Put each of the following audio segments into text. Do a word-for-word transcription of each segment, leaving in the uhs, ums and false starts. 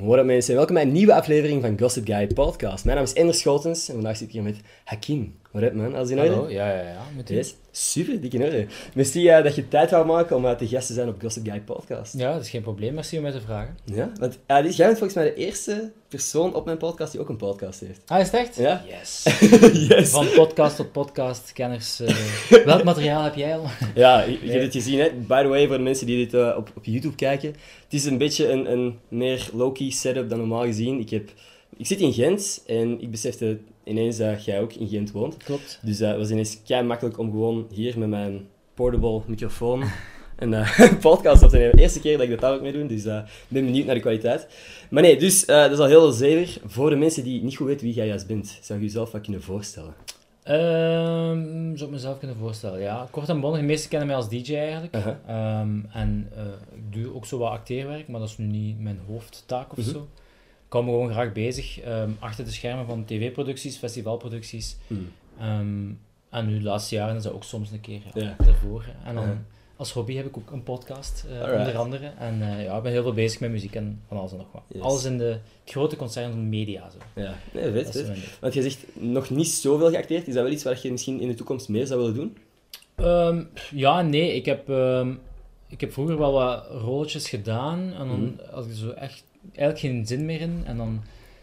What up mensen, welkom bij een nieuwe aflevering van Gossip Guy Podcast. Mijn naam is Ender Schotens en vandaag zit ik hier met Hakim. What up man, alles in orde? Hallo, ja, ja, ja. Met yes. Super, dik in orde. Merci uh, dat je tijd wou maken om uh, te gast te zijn op Gossip Guy Podcast. Ja, dat is geen probleem, merci om mij te vragen. Ja, want uh, dit, jij bent volgens mij de eerste persoon op mijn podcast die ook een podcast heeft. Ah, is het echt? Ja? Yes. Yes. Van podcast tot podcast, kenners. Uh, welk materiaal heb jij al? Ja, je, je Nee. hebt het gezien, hè. By the way, voor de mensen die dit uh, op, op YouTube kijken. Het is een beetje een, een meer low-key setup dan normaal gezien. Ik, heb, ik zit in Gent en ik besefte ineens dat jij ook in Gent woont. Klopt. Dus uh, het was ineens kei makkelijk om gewoon hier met mijn portable microfoon een uh, podcast op te nemen. De eerste keer dat ik dat daar ook mee doe, dus ik uh, ben benieuwd naar de kwaliteit. Maar nee, dus uh, dat is al heel zeker. Voor de mensen die niet goed weten wie jij juist bent, zou je jezelf wat kunnen voorstellen? Um, zou ik mezelf kunnen voorstellen, ja. Kort en bondig, de meesten kennen mij als D J eigenlijk. Uh-huh. Um, en uh, ik doe ook zo wat acteerwerk, maar dat is nu niet mijn hoofdtaak of Mhm. zo. Ik hou me gewoon graag bezig, um, achter de schermen van tv-producties, festivalproducties. Hmm. Um, en nu de laatste jaren is dat ook soms een keer ja, Ja. daarvoor. En dan Uh-huh. als hobby heb ik ook een podcast, uh, Alright. onder andere. En uh, ja, ik ben heel veel bezig met muziek en van alles en nog wat. Yes. Alles in de het grote concern van media. Zo. Ja, nee, vet, Dat is vet. mijn ding. Want je zegt nog niet zoveel geacteerd. Is dat wel iets waar je misschien in de toekomst meer zou willen doen? Um, ja, nee. Ik heb, um, ik heb vroeger wel wat rolletjes gedaan. En dan Mhm. had ik zo echt eigenlijk geen zin meer in. En dan,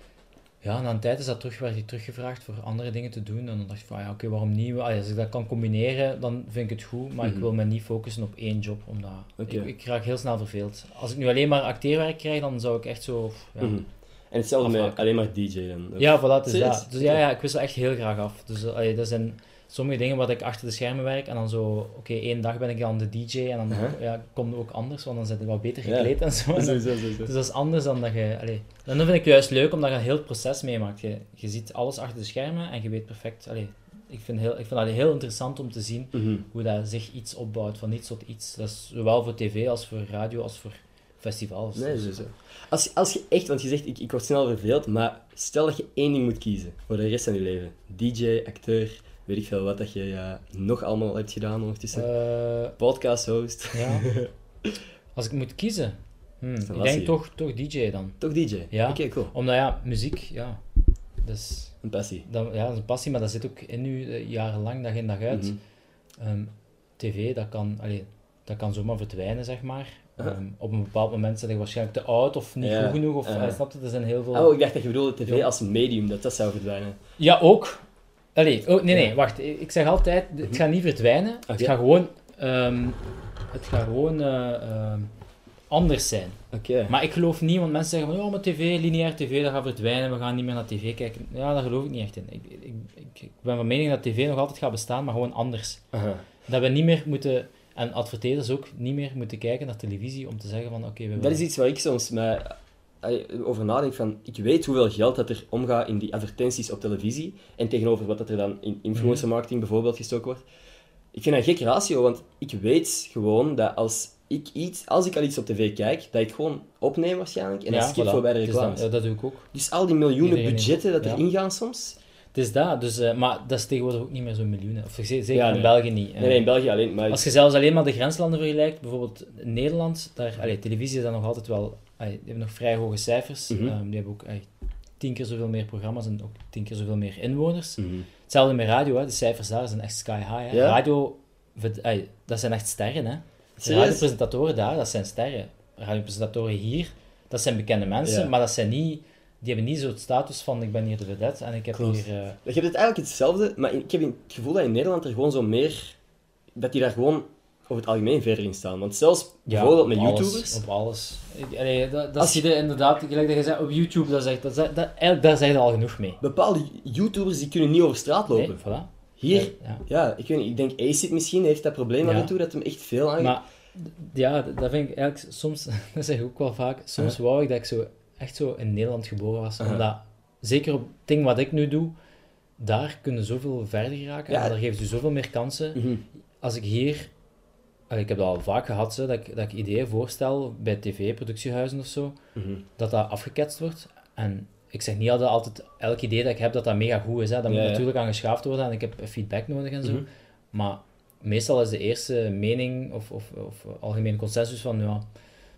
ja, na een tijd is dat terug, werd ik teruggevraagd voor andere dingen te doen. En dan dacht ik van, ja, oké, okay, waarom niet? Allee, als ik dat kan combineren, dan vind ik het goed. Maar Mhm. ik wil me niet focussen op één job, omdat Oké. ik, ik raak heel snel verveeld. Als ik nu alleen maar acteerwerk krijg, dan zou ik echt zo... Ja, Mhm. En hetzelfde met Afhaken. alleen maar D J dan? Of- ja, voilà, het is Serieus? dat. Dus ja, ja, ik wissel echt heel graag af. Dus uh, allee, dat zijn sommige dingen wat ik achter de schermen werk en dan zo, oké, okay, één dag ben ik dan de D J en dan Uh-huh. ja, komt het ook anders, want dan zit je wat beter Ja. gekleed en zo. En dan- Sowieso, sowieso. dus dat is anders dan dat je... Allee, en dan vind ik het juist leuk, omdat je heel het proces meemaakt. Je, je ziet alles achter de schermen en je weet perfect... Allee, ik vind, heel, ik vind dat heel interessant om te zien Mhm. hoe dat zich iets opbouwt, van iets tot iets. Dat is zowel voor tv als voor radio als voor festivals. Nee, Dus- sowieso. Als, als je echt, want je zegt ik, ik word snel verveeld, maar stel dat je één ding moet kiezen voor de rest van je leven. D J, acteur, weet ik veel wat dat je ja, nog allemaal hebt gedaan ondertussen. Eh, Podcast host. ja. Als ik moet kiezen... Hmm, is ik een denk lastige. toch, toch D J dan. Toch D J? Ja. Oké, cool. Omdat ja, muziek, ja, dat is, Een passie. dat, ja, dat is een passie, maar dat zit ook in u eh, jarenlang, dag in dag uit. Mhm. Ehm, tv, dat kan, allee, dat kan zomaar verdwijnen, zeg maar. Aha. Ehm, op een bepaald moment ben je waarschijnlijk te oud of niet Ja. goed genoeg, of Aha. uh, snap je, er zijn heel veel... Oh, ik dacht dat je bedoelde tv Ja. als medium, dat dat zou verdwijnen. Ja, ook. Allee, oh, nee, nee, Ja. wacht. Ik zeg altijd, het Mhm. gaat niet verdwijnen. Het Oké. gaat gewoon, ehm, het gaat gewoon eh, ehm, anders zijn. Oké. Maar ik geloof niet, want mensen zeggen van, ja, maar tv, lineair tv, dat gaat verdwijnen, we gaan niet meer naar tv kijken. Ja, daar geloof ik niet echt in. Ik, ik, ik, ik ben van mening dat tv nog altijd gaat bestaan, maar gewoon anders. Aha. Dat we niet meer moeten, en adverteerders ook, niet meer moeten kijken naar televisie om te zeggen van, oké, we Dat willen... is iets waar ik soms met, allee, over nadenk van, ik weet hoeveel geld dat er omgaat in die advertenties op televisie en tegenover wat dat er dan in influencer marketing bijvoorbeeld gestoken wordt. Ik vind dat een gek ratio, want ik weet gewoon dat als ik iets, als ik al iets op tv kijk, dat ik gewoon opneem waarschijnlijk en dan skip voilà. voorbij de Het is dan- reclames. ja, dat doe ik ook. Dus al die miljoenen Iedereen budgetten dat ja. erin gaan soms. Het is dat, dus, eh, maar dat is tegenwoordig ook niet meer zo'n miljoenen. Of ze- zeker Ja, in nee. België niet. Nee, nee, in België alleen, maar... Als je zelfs alleen maar de grenslanden vergelijkt, bijvoorbeeld Nederland, daar, allee, televisie is dan nog altijd wel, allee, die hebben nog vrij hoge cijfers. Mhm. Ehm, die hebben ook allee, tien keer zoveel meer programma's en ook tien keer zoveel meer inwoners. Mhm. Hetzelfde met radio, hè. De cijfers daar zijn echt sky high. Hè. Ja? Radio, vet- allee, dat zijn echt sterren. Hè. De Serieus? radiopresentatoren daar, dat zijn sterren. Radiopresentatoren hier, dat zijn bekende mensen, Ja. maar dat zijn niet, die hebben niet zo'n status van ik ben hier de vedette en ik heb Klopt. hier... eh, Je hebt het eigenlijk hetzelfde, maar ik heb het gevoel dat in Nederland er gewoon zo meer... Dat die daar gewoon over het algemeen verder in staan. Want zelfs bijvoorbeeld met op alles, YouTubers... Op alles. Ik- Allee, dat, dat Als zie je inderdaad, gelijk dat je zegt, op YouTube, dat zegt, dat, zegt- dat, eigenlijk, daar zeg je al genoeg mee. Bepaalde YouTubers die kunnen niet over straat Nee, lopen. voilà. Hier, Ja, ja. ja, ik weet niet, ik denk Acid misschien heeft dat probleem af Ja. en toe, dat hem echt veel aan... Maar d- ja, d- dat vind ik eigenlijk soms, dat zeg ik ook wel vaak, soms Uh-huh. wou ik dat ik zo, echt zo in Nederland geboren was. Uh-huh. Omdat, zeker op het ding wat ik nu doe, daar kunnen zoveel verder geraken. Ja. En daar geeft je zoveel meer kansen. Mhm. Als ik hier, allee, ik heb dat al vaak gehad, zo, dat, ik, dat ik ideeën voorstel bij tv-productiehuizen of zo, Mhm. dat dat afgeketst wordt. En ik zeg niet dat elk elk idee dat ik heb, dat dat mega goed is. Hè. Dat Ja, moet ja. natuurlijk aan geschaafd worden en ik heb feedback nodig en zo. Mhm. Maar meestal is de eerste mening of, of, of algemene consensus van, ja,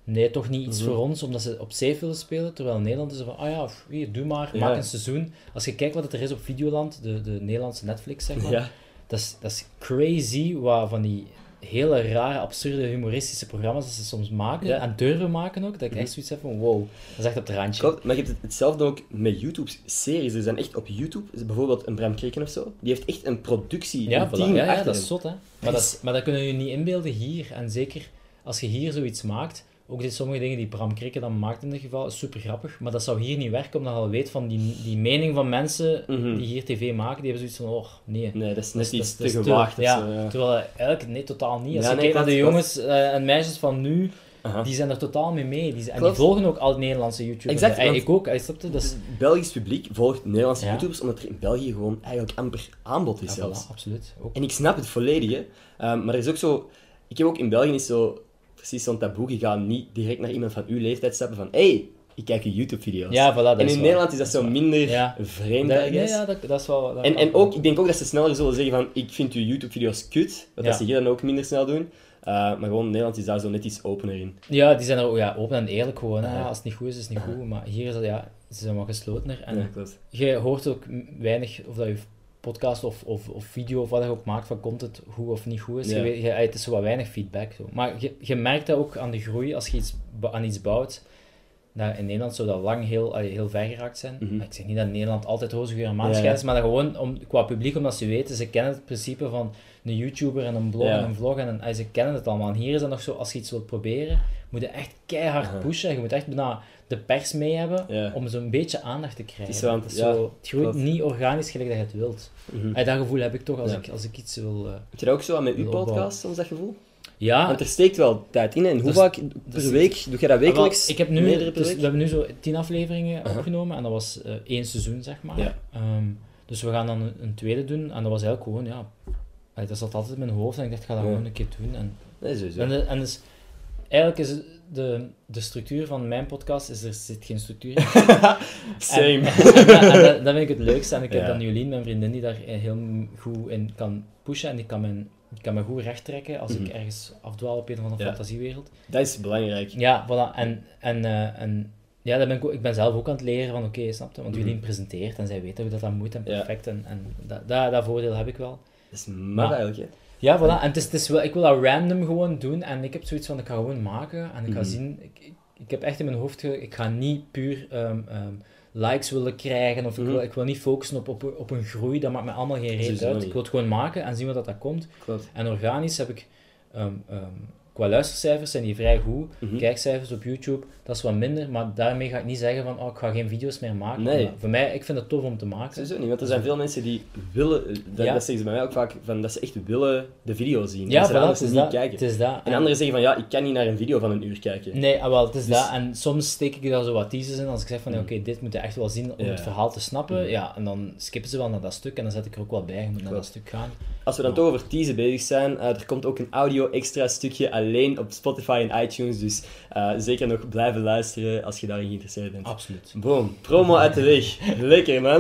nee, toch niet iets Mm-hmm. voor ons, omdat ze op safe willen spelen, terwijl Nederland is er van, ah ja, hier, doe maar, Ja. maak een seizoen. Als je kijkt wat er is op Videoland, de, de Nederlandse Netflix, zeg maar, Ja. dat is, dat is crazy, wat van die hele rare, absurde, humoristische programma's dat ze soms maken, Ja. en durven maken ook, dat ik echt zoiets heb van, wow, dat is echt op het randje. Klopt, maar je hebt het- hetzelfde ook met YouTube-series. Er zijn echt op YouTube, bijvoorbeeld een Bram Krikken of zo, die heeft echt een productie, Ja, een voilà. team ja, ja, achter dat is hem. zot, hè. Maar dat, is- maar dat kunnen jullie niet inbeelden hier. En zeker als je hier zoiets maakt, ook dit sommige dingen die Bram Krikke dan maakt in dit geval, is super grappig. Maar dat zou hier niet werken, omdat je al weet van die, die mening van mensen Mhm. die hier tv maken, die hebben zoiets van, oh, nee. Nee, dat is Dat net is- iets dat is- te dat is gewaagd. of ja, zo, ja. terwijl eigenlijk, nee, totaal niet. Als Ja, je nee, kijkt naar de klopt, jongens eh, en meisjes van nu, Aha. die zijn er totaal mee mee. Die, zijn- en die Klopt. volgen ook al Nederlandse YouTubers. Exact, Eh, want- ik ook, eh, snap je? Dat is, Het Belgisch publiek volgt Nederlandse Ja. YouTubers, omdat er in België gewoon eigenlijk amper aanbod is ja, zelfs. voilà, absoluut. Ook. En ik snap het volledig, hè. Ehm, maar er is ook zo... Ik heb ook in België niet zo... Precies zo'n taboe. Je gaat niet direct naar iemand van uw leeftijd stappen van... Hey, ik kijk je YouTube-video's. Ja, voilà, dat en is in waar. Nederland is dat Dat zo is waar. minder Ja. vreemd, Dat- I nee, guess. ja, dat, dat is wel... dat En, kan en wel. ook, ik denk ook dat ze sneller zullen zeggen van... Ik vind uw YouTube-video's kut. Dat Ja. ze hier dan ook minder snel doen. Uh, maar gewoon Nederland is daar zo net iets opener in. Ja, die zijn er ook ja, open en eerlijk gewoon. Hè. Aha. Als het niet goed is, is het niet Aha. goed. Maar hier is het, ja, ze zijn wat geslotener. En Ja, klopt. je hoort ook weinig of dat je podcast of, of, of video of wat je ook maakt van komt het goed of niet goed is. Ja. Je weet, je, het is zo wat weinig feedback. Zo. Maar je, je merkt dat ook aan de groei als je iets, ba- aan iets bouwt. Dat in Nederland zou dat lang heel, allee, heel ver geraakt zijn. Mhm. Ik zeg niet dat Nederland altijd roze geur en Ja, maanschijn ja. is, maar dat gewoon om, qua publiek, omdat ze weten, ze kennen het principe van een YouTuber en een blog Ja. en een vlog en een, allee, ze kennen het allemaal. En hier is het nog zo, als je iets wilt proberen, moet je echt keihard Aha. pushen. Je moet echt bijna de pers mee hebben Ja. om zo'n beetje aandacht te krijgen. Het is zo aan het- Het is ja, zo, het groeit klopt. niet organisch gelijk dat je het wilt. Mhm. Allee, dat gevoel heb ik toch als, Ja. ik, als ik iets wil... eh, Heb je dat ook zo aan met uw Wil opbouwen. podcast, soms dat gevoel? Ja, Want er steekt wel tijd in. En hoe Dat is- vaak dat per is- week? Doe je dat Ah, wel, wekelijks? ik heb nu, Meerdere per dus week? we hebben nu zo tien afleveringen Aha. opgenomen en dat was eh, één seizoen, zeg maar. Ja. Ehm, dus we gaan dan een, een tweede doen en dat was eigenlijk gewoon, ja... allee, dat zat altijd in mijn hoofd en ik dacht, ik ga dat Ja. gewoon een keer doen. En, Nee, sowieso. en, de- en dus, eigenlijk is de, de structuur van mijn podcast, is er zit geen structuur in. Same. En, en, dat- en dat, dat vind ik het leukste. En ik heb Ja. dan Jolien, mijn vriendin, die daar heel goed in kan pushen en die kan, mijn, die kan me goed recht trekken als Mhm. ik ergens afdwaal op een of andere Ja. fantasiewereld. Dat is belangrijk. Ja, voilà. En, en, eh, en ja, dat ben ik, ook, ik ben zelf ook aan het leren van, oké, snap je? Want Mhm. Jolien presenteert en zij weet hoe dat, dat moet en Ja. perfect. En, en dat, dat, dat voordeel heb ik wel. Dat is maf Maar- eigenlijk, hè. Ja, voilà. En het is, het is wel, ik wil dat random gewoon doen en ik heb zoiets van, ik ga gewoon maken en ik ga Mhm. zien... Ik, ik, ik heb echt in mijn hoofd, ge, ik ga niet puur ehm, ehm, likes willen krijgen of ik, Mhm. wil, ik wil niet focussen op, op, op een groei, dat maakt me allemaal geen reet Sowieso uit. niet. Ik wil het gewoon maken en zien wat dat, dat komt. Klopt. En organisch heb ik... ehm, ehm, qua luistercijfers zijn die vrij goed. Mhm. Kijkcijfers op YouTube, dat is wat minder, maar daarmee ga ik niet zeggen van, oh, ik ga geen video's meer maken. Nee. Maar voor mij, ik vind het tof om te maken. Sowieso niet, want er zijn veel mensen die willen, dat, Ja. dat zeggen ze bij mij ook vaak, van, dat ze echt willen de video zien. Ja, dat ze voilà, anders het is niet dat. kijken. Het is dat. En anderen zeggen van, ja, ik kan niet naar een video van een uur kijken. Nee, ah, wel, het is Dus- dat. En soms steek ik daar zo wat teasers in als ik zeg van, Mm. oké, dit moet je echt wel zien om Ja. het verhaal te snappen. Mm. Ja, en dan skippen ze wel naar dat stuk en dan zet ik er ook wel bij, je moet naar Klopt. dat stuk gaan. Als we dan toch over teasen bezig zijn, eh, er komt ook een audio-extra stukje alleen op Spotify en iTunes, dus eh, zeker nog blijven luisteren als je daarin geïnteresseerd bent. Absoluut. Boom, promo uit de weg. Lekker, man.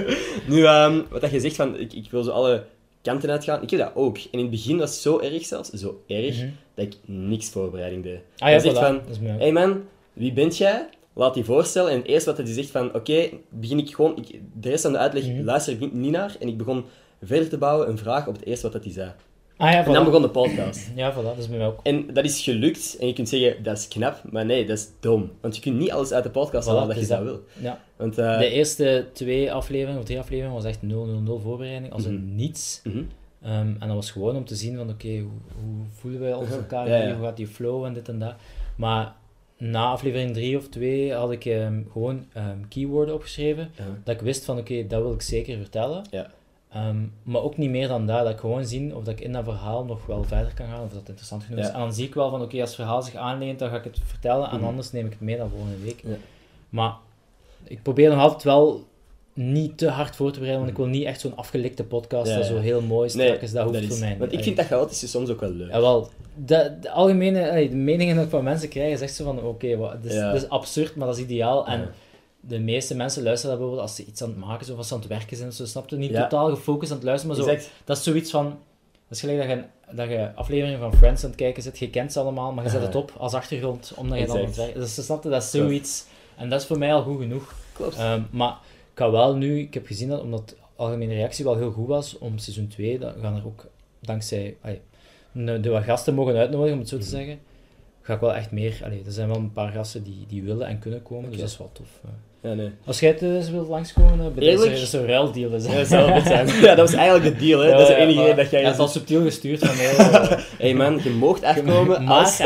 Nu, ehm, wat dat je zegt van, ik, ik wil zo alle kanten uitgaan, ik heb dat ook. En in het begin was het zo erg zelfs, zo erg, Mhm. dat ik niks voorbereiding deed. Ah ja, Hij zegt voilà. van, Dat is mij ook. hey man, wie bent jij? Laat die voorstellen. En het eerste wat hij zegt van, oké, begin ik gewoon, ik, de rest van de uitleg Mhm. luister ik niet- niet naar. En ik begon verder te bouwen, een vraag op het eerste wat dat hij zei. Ah ja, En dan voilà. begon de podcast. Ja, voilà, dat is bij mij ook. En dat is gelukt. En je kunt zeggen, dat is knap. Maar nee, dat is dom. Want je kunt niet alles uit de podcast Voilà, halen dat het je is zou dat. wil. Ja. Want, eh, De eerste twee afleveringen, of drie afleveringen, was echt nul nul nul voorbereiding, als in Mhm. niets. mhm. Ehm, en dat was gewoon om te zien van, oké, hoe, hoe voelen wij ons Uh-huh. elkaar Ja, hier, ja. hoe gaat die flow en dit en dat. Maar na aflevering drie of twee had ik ehm, gewoon ehm, keyworden opgeschreven, Ja. dat ik wist van, oké, dat wil ik zeker vertellen. Ja. Ehm, maar ook niet meer dan dat, dat ik gewoon zien of dat ik in dat verhaal nog wel verder kan gaan, of dat interessant genoeg is. Ja. En dan zie ik wel van, oké, als het verhaal zich aanleent, dan ga ik het vertellen, en Mhm. anders neem ik het mee naar volgende week. Ja. Maar ik probeer nog altijd wel niet te hard voor te bereiden, want ik wil niet echt zo'n afgelikte podcast, Ja, dat ja. zo heel mooi strak Nee, is, dat hoeft dat is, voor mij niet. want ik vind dat chaotische soms ook wel leuk. Ja, wel, de, de algemene allee, de meningen die ik van mensen krijg, is echt zo van, oké, wat het is, Ja. het is absurd, maar dat is ideaal. En Ja. de meeste mensen luisteren dat bijvoorbeeld als ze iets aan het maken zijn, of als ze aan het werken zijn, of zo, snap je? Niet Ja. totaal gefocust aan het luisteren, maar zo, Exact. dat is zoiets van, Dat is gelijk dat je, dat je afleveringen van Friends aan het kijken zit. Je kent ze allemaal, maar je zet het op als achtergrond, omdat je dan aan het werken... Dus snap je, dat is zoiets. En dat is voor mij al goed genoeg. Klopt. Um, maar ik kan wel nu... Ik heb gezien dat, omdat de algemene reactie wel heel goed was, om seizoen twee, dan gaan er ook, dankzij... Ay, de wat gasten mogen uitnodigen, om het zo te mm-hmm. zeggen, ga ik wel echt meer... Allee, er zijn wel een paar gasten die, die willen en kunnen komen, okay. Dus dat is wel tof. Uh. Ja, nee. Als jij thuis wilt langskomen, uh, Eerlijk? is er zo'n ruildeal. Dus. Ja, dat zou wel zijn. Ja, dat was eigenlijk de deal, hè. Ja, dat is de enige reden dat jij... Ja, het is al subtiel gestuurd van mij. Hé hey man, je moogt afkomen maar... als...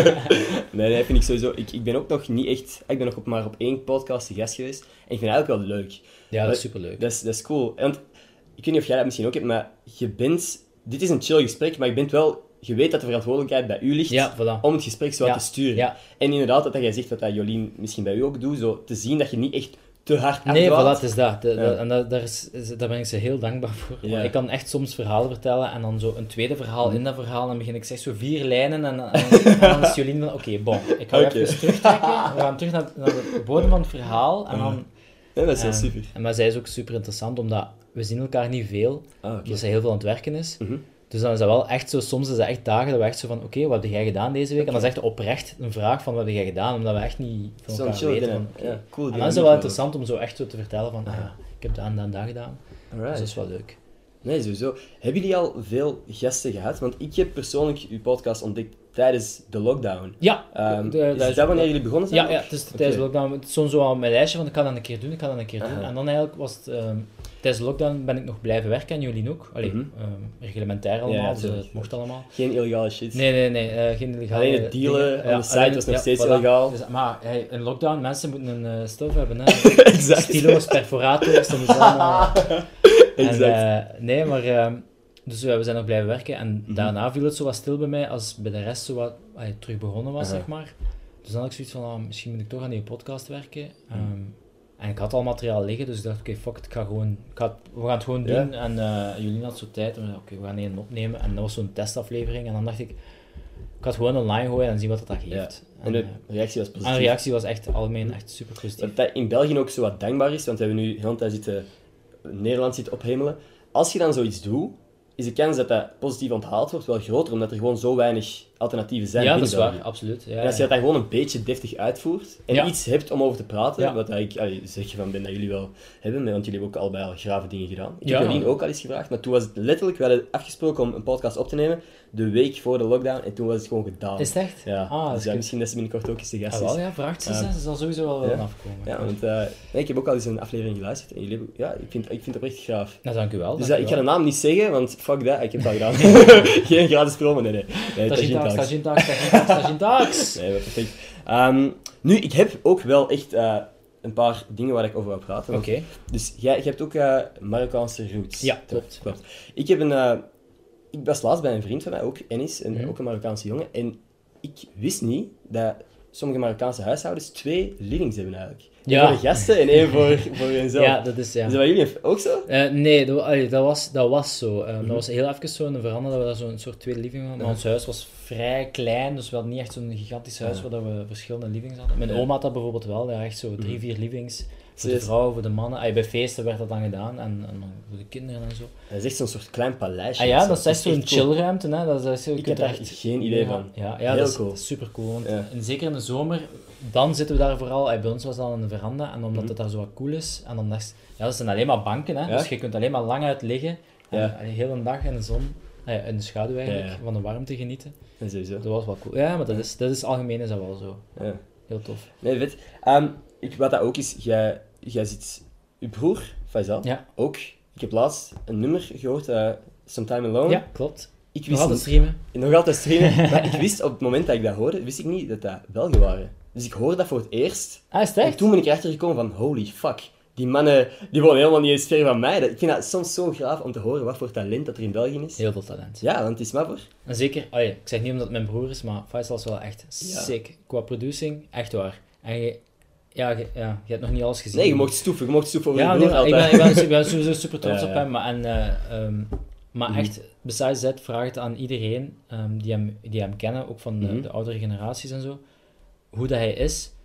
nee, dat vind ik sowieso... Ik, ik ben ook nog niet echt... Ik ben nog op, maar op één podcast te gast geweest. En ik vind het eigenlijk wel leuk. Ja, dat is superleuk. Dat is, dat is cool. Want, ik weet niet of jij dat misschien ook hebt, maar je bent... Dit is een chill gesprek, maar je bent wel... Je weet dat de verantwoordelijkheid bij u ligt ja, voilà. om het gesprek zo ja. te sturen. Ja. En inderdaad, dat jij zegt dat dat Jolien misschien bij u ook doet, zo te zien dat je niet echt te hard Nee, afdwaalt. voilà, het is dat. De, ja. de, en dat, daar, is, daar ben ik ze heel dankbaar voor. Ja. Ik kan echt soms verhalen vertellen en dan zo een tweede verhaal mm. in dat verhaal en dan begin ik zeg zo vier lijnen en, en, en dan is Jolien van, oké, okay, bon, ik ga okay. even terugtrekken. We gaan terug naar, naar de bodem van het verhaal en dan... Ja, dat is en, wel super. En, maar zij is ook super interessant, omdat we zien elkaar niet veel, ah, okay. omdat zij heel veel aan het werken is. Mm-hmm. Dus dan is dat wel echt zo, soms is dat echt dagen dat we echt zo van, oké, okay, wat heb jij gedaan deze week? Okay. En dan is echt oprecht een vraag van, wat heb jij gedaan? Omdat we echt niet van elkaar chill, weten. Ja. Van, okay. Ja, cool, en dan is het wel interessant om zo echt zo te vertellen van, ah, ja, ik heb dat en dat en dat gedaan. Alright. Dus dat is wel leuk. Nee, sowieso. Hebben jullie al veel gasten gehad? Want ik heb persoonlijk uw podcast ontdekt tijdens de lockdown. Ja. Um, de, is dat, dat wanneer jullie begonnen zijn? Ja, ja, het is tijdens okay. de lockdown. Het is zo al mijn lijstje van, ik kan dat een keer doen, ik kan dat een keer ah. doen. En dan eigenlijk was het... Um, tijdens de lockdown ben ik nog blijven werken en jullie ook. Allee, mm-hmm. um, reglementair allemaal, ja, dus het mocht allemaal. Geen illegale shit? Nee, nee, nee. Uh, geen illegale Alleen het dealen dingen. Ja, on the site was nog ja, steeds voilà. illegaal. Dus, maar hey, in lockdown, mensen moeten een uh, stoof hebben. Hè. Exact. Stilo's, perforators, dan moet dan, uh, exact. En, uh, nee, maar... Uh, dus uh, we zijn nog blijven werken en mm-hmm. daarna viel het zo wat stil bij mij als bij de rest zo wat uh, terug begonnen was, uh-huh. zeg maar. Dus dan had ik zoiets van, uh, misschien moet ik toch aan die podcast werken. Um, mm. En ik had al materiaal liggen, dus ik dacht, oké, okay, fuck it, ik ga gewoon, ik ga, we gaan het gewoon doen. Ja. En uh, Jolien had zo tijd, en oké, okay, we gaan één opnemen. En dat was zo'n testaflevering. En dan dacht ik, ik ga het gewoon online gooien en zien wat dat, dat geeft. Ja. En de reactie was positief. En de reactie was echt algemeen echt super positief. Dat dat in België ook zo wat dankbaar is, want we hebben nu heel de tijd zitten, Nederland zitten ophemelen. Als je dan zoiets doet, is de kans dat dat positief onthaald wordt wel groter, omdat er gewoon zo weinig alternatieven zijn. Ja, dat is waar, absoluut. Ja, en als je dat dan gewoon een beetje deftig uitvoert en ja. iets hebt om over te praten, ja. wat ik allee, zeker van ben dat jullie wel hebben, want jullie hebben ook allebei al grave dingen gedaan. Ik ja. heb Jolien ook al eens gevraagd, maar toen was het letterlijk, we hadden afgesproken om een podcast op te nemen, de week voor de lockdown, en toen was het gewoon gedaan. Is het echt? Ja, ah, dus ja, misschien dat ze binnenkort ook eens te gast is. Ah, wel, ja, vraagt ze, uh, ze zal sowieso wel ja. afkomen. Ja, want uh, nee, ik heb ook al eens een aflevering geluisterd, en jullie hebben, ja, ik vind, ik vind het oprecht gaaf. Nou, dank u wel. Dus dank uh, u ik wel. ga de naam niet zeggen, want fuck dat, ik heb het al gedaan. Geen gratis promo, nee, nee. nee Tagintax, Tagintax, Tagintax, Tagintax. Nee, perfect. Um, nu, ik heb ook wel echt uh, een paar dingen waar ik over wil praten. Oké. Okay. Dus jij, jij hebt ook uh, Marokkaanse roots. Ja, klopt. klopt. Ik heb een... Uh, ik was laatst bij een vriend van mij, ook Ennis, een, mm. ook een Marokkaanse jongen. En ik wist niet dat sommige Marokkaanse huishoudens twee livings hebben eigenlijk. Ja. Eén voor de gasten en één voor, voor hunzelf. Ja, dat is... Ja. Is dat bij jullie ook zo? Uh, nee, dat, allee, dat, was, dat was zo. Um, mm-hmm. Dat was heel even zo, en veranderd dat we daar zo'n soort tweede living hadden. Maar ja. ons huis was vrij klein, dus we hadden niet echt zo'n gigantisch huis ja. waar we verschillende livings hadden. Mijn ja. oma had dat bijvoorbeeld wel, daar echt zo drie, vier livings. Voor de vrouwen, voor de mannen. Ay, bij feesten werd dat dan gedaan, en, en voor de kinderen en zo. Dat is echt zo'n soort klein paleisje. Ah ja, dat is echt zo'n chillruimte. Hè. Dat is, ik heb daar echt geen idee ja, van. Ja, ja, heel dat is, cool. Dat is super cool. Want ja. in, zeker in de zomer, dan zitten we daar vooral. Ay, bij ons was dat aan de veranda, en omdat mm-hmm. het daar zo wat cool is. En dan dacht ja, dat zijn alleen maar banken, hè. Ja? Dus je kunt alleen maar lang uit liggen. Ja. En de hele dag in de zon, ay, in de schaduw eigenlijk, ja, ja. van de warmte genieten. Dat, sowieso. Dat was wel cool. Ja, maar dat is, dat is algemeen is dat wel zo. Ja. Heel tof. Nee, vet. Um, ik, wat dat ook is, jij, jij zit... Uw broer, Faisal, ja. ook. Ik heb laatst een nummer gehoord, uh, Sometime Alone. Ja, klopt. Ik wist nog altijd niet, streamen. Nog altijd streamen. Maar ik wist op het moment dat ik dat hoorde, wist ik niet dat dat Belgen waren. Dus ik hoorde dat voor het eerst. Ah, is het echt? En toen ben ik erachter gekomen van, holy fuck. Die mannen, die wonen helemaal niet eens ver van mij. Ik vind dat soms zo gaaf om te horen wat voor talent dat er in België is. Heel veel talent. Ja, want het is maar voor. En zeker, oh ja, ik zeg niet omdat het mijn broer is, maar Faisal is wel echt ja. sick. Qua producing, echt waar. En je... Ja, je, ja, je hebt nog niet alles gezien. Nee, je mocht stoeven. Je mocht stoeven over ja, je broer nee, altijd. Ik ben, ik, ben, ik ben sowieso super trots ja, ja. op hem. Maar, en, uh, um, maar mm-hmm. echt, besides that, vraag het aan iedereen um, die, hem, die hem kennen, ook van de, mm-hmm. de oudere generaties en zo, hoe dat hij is.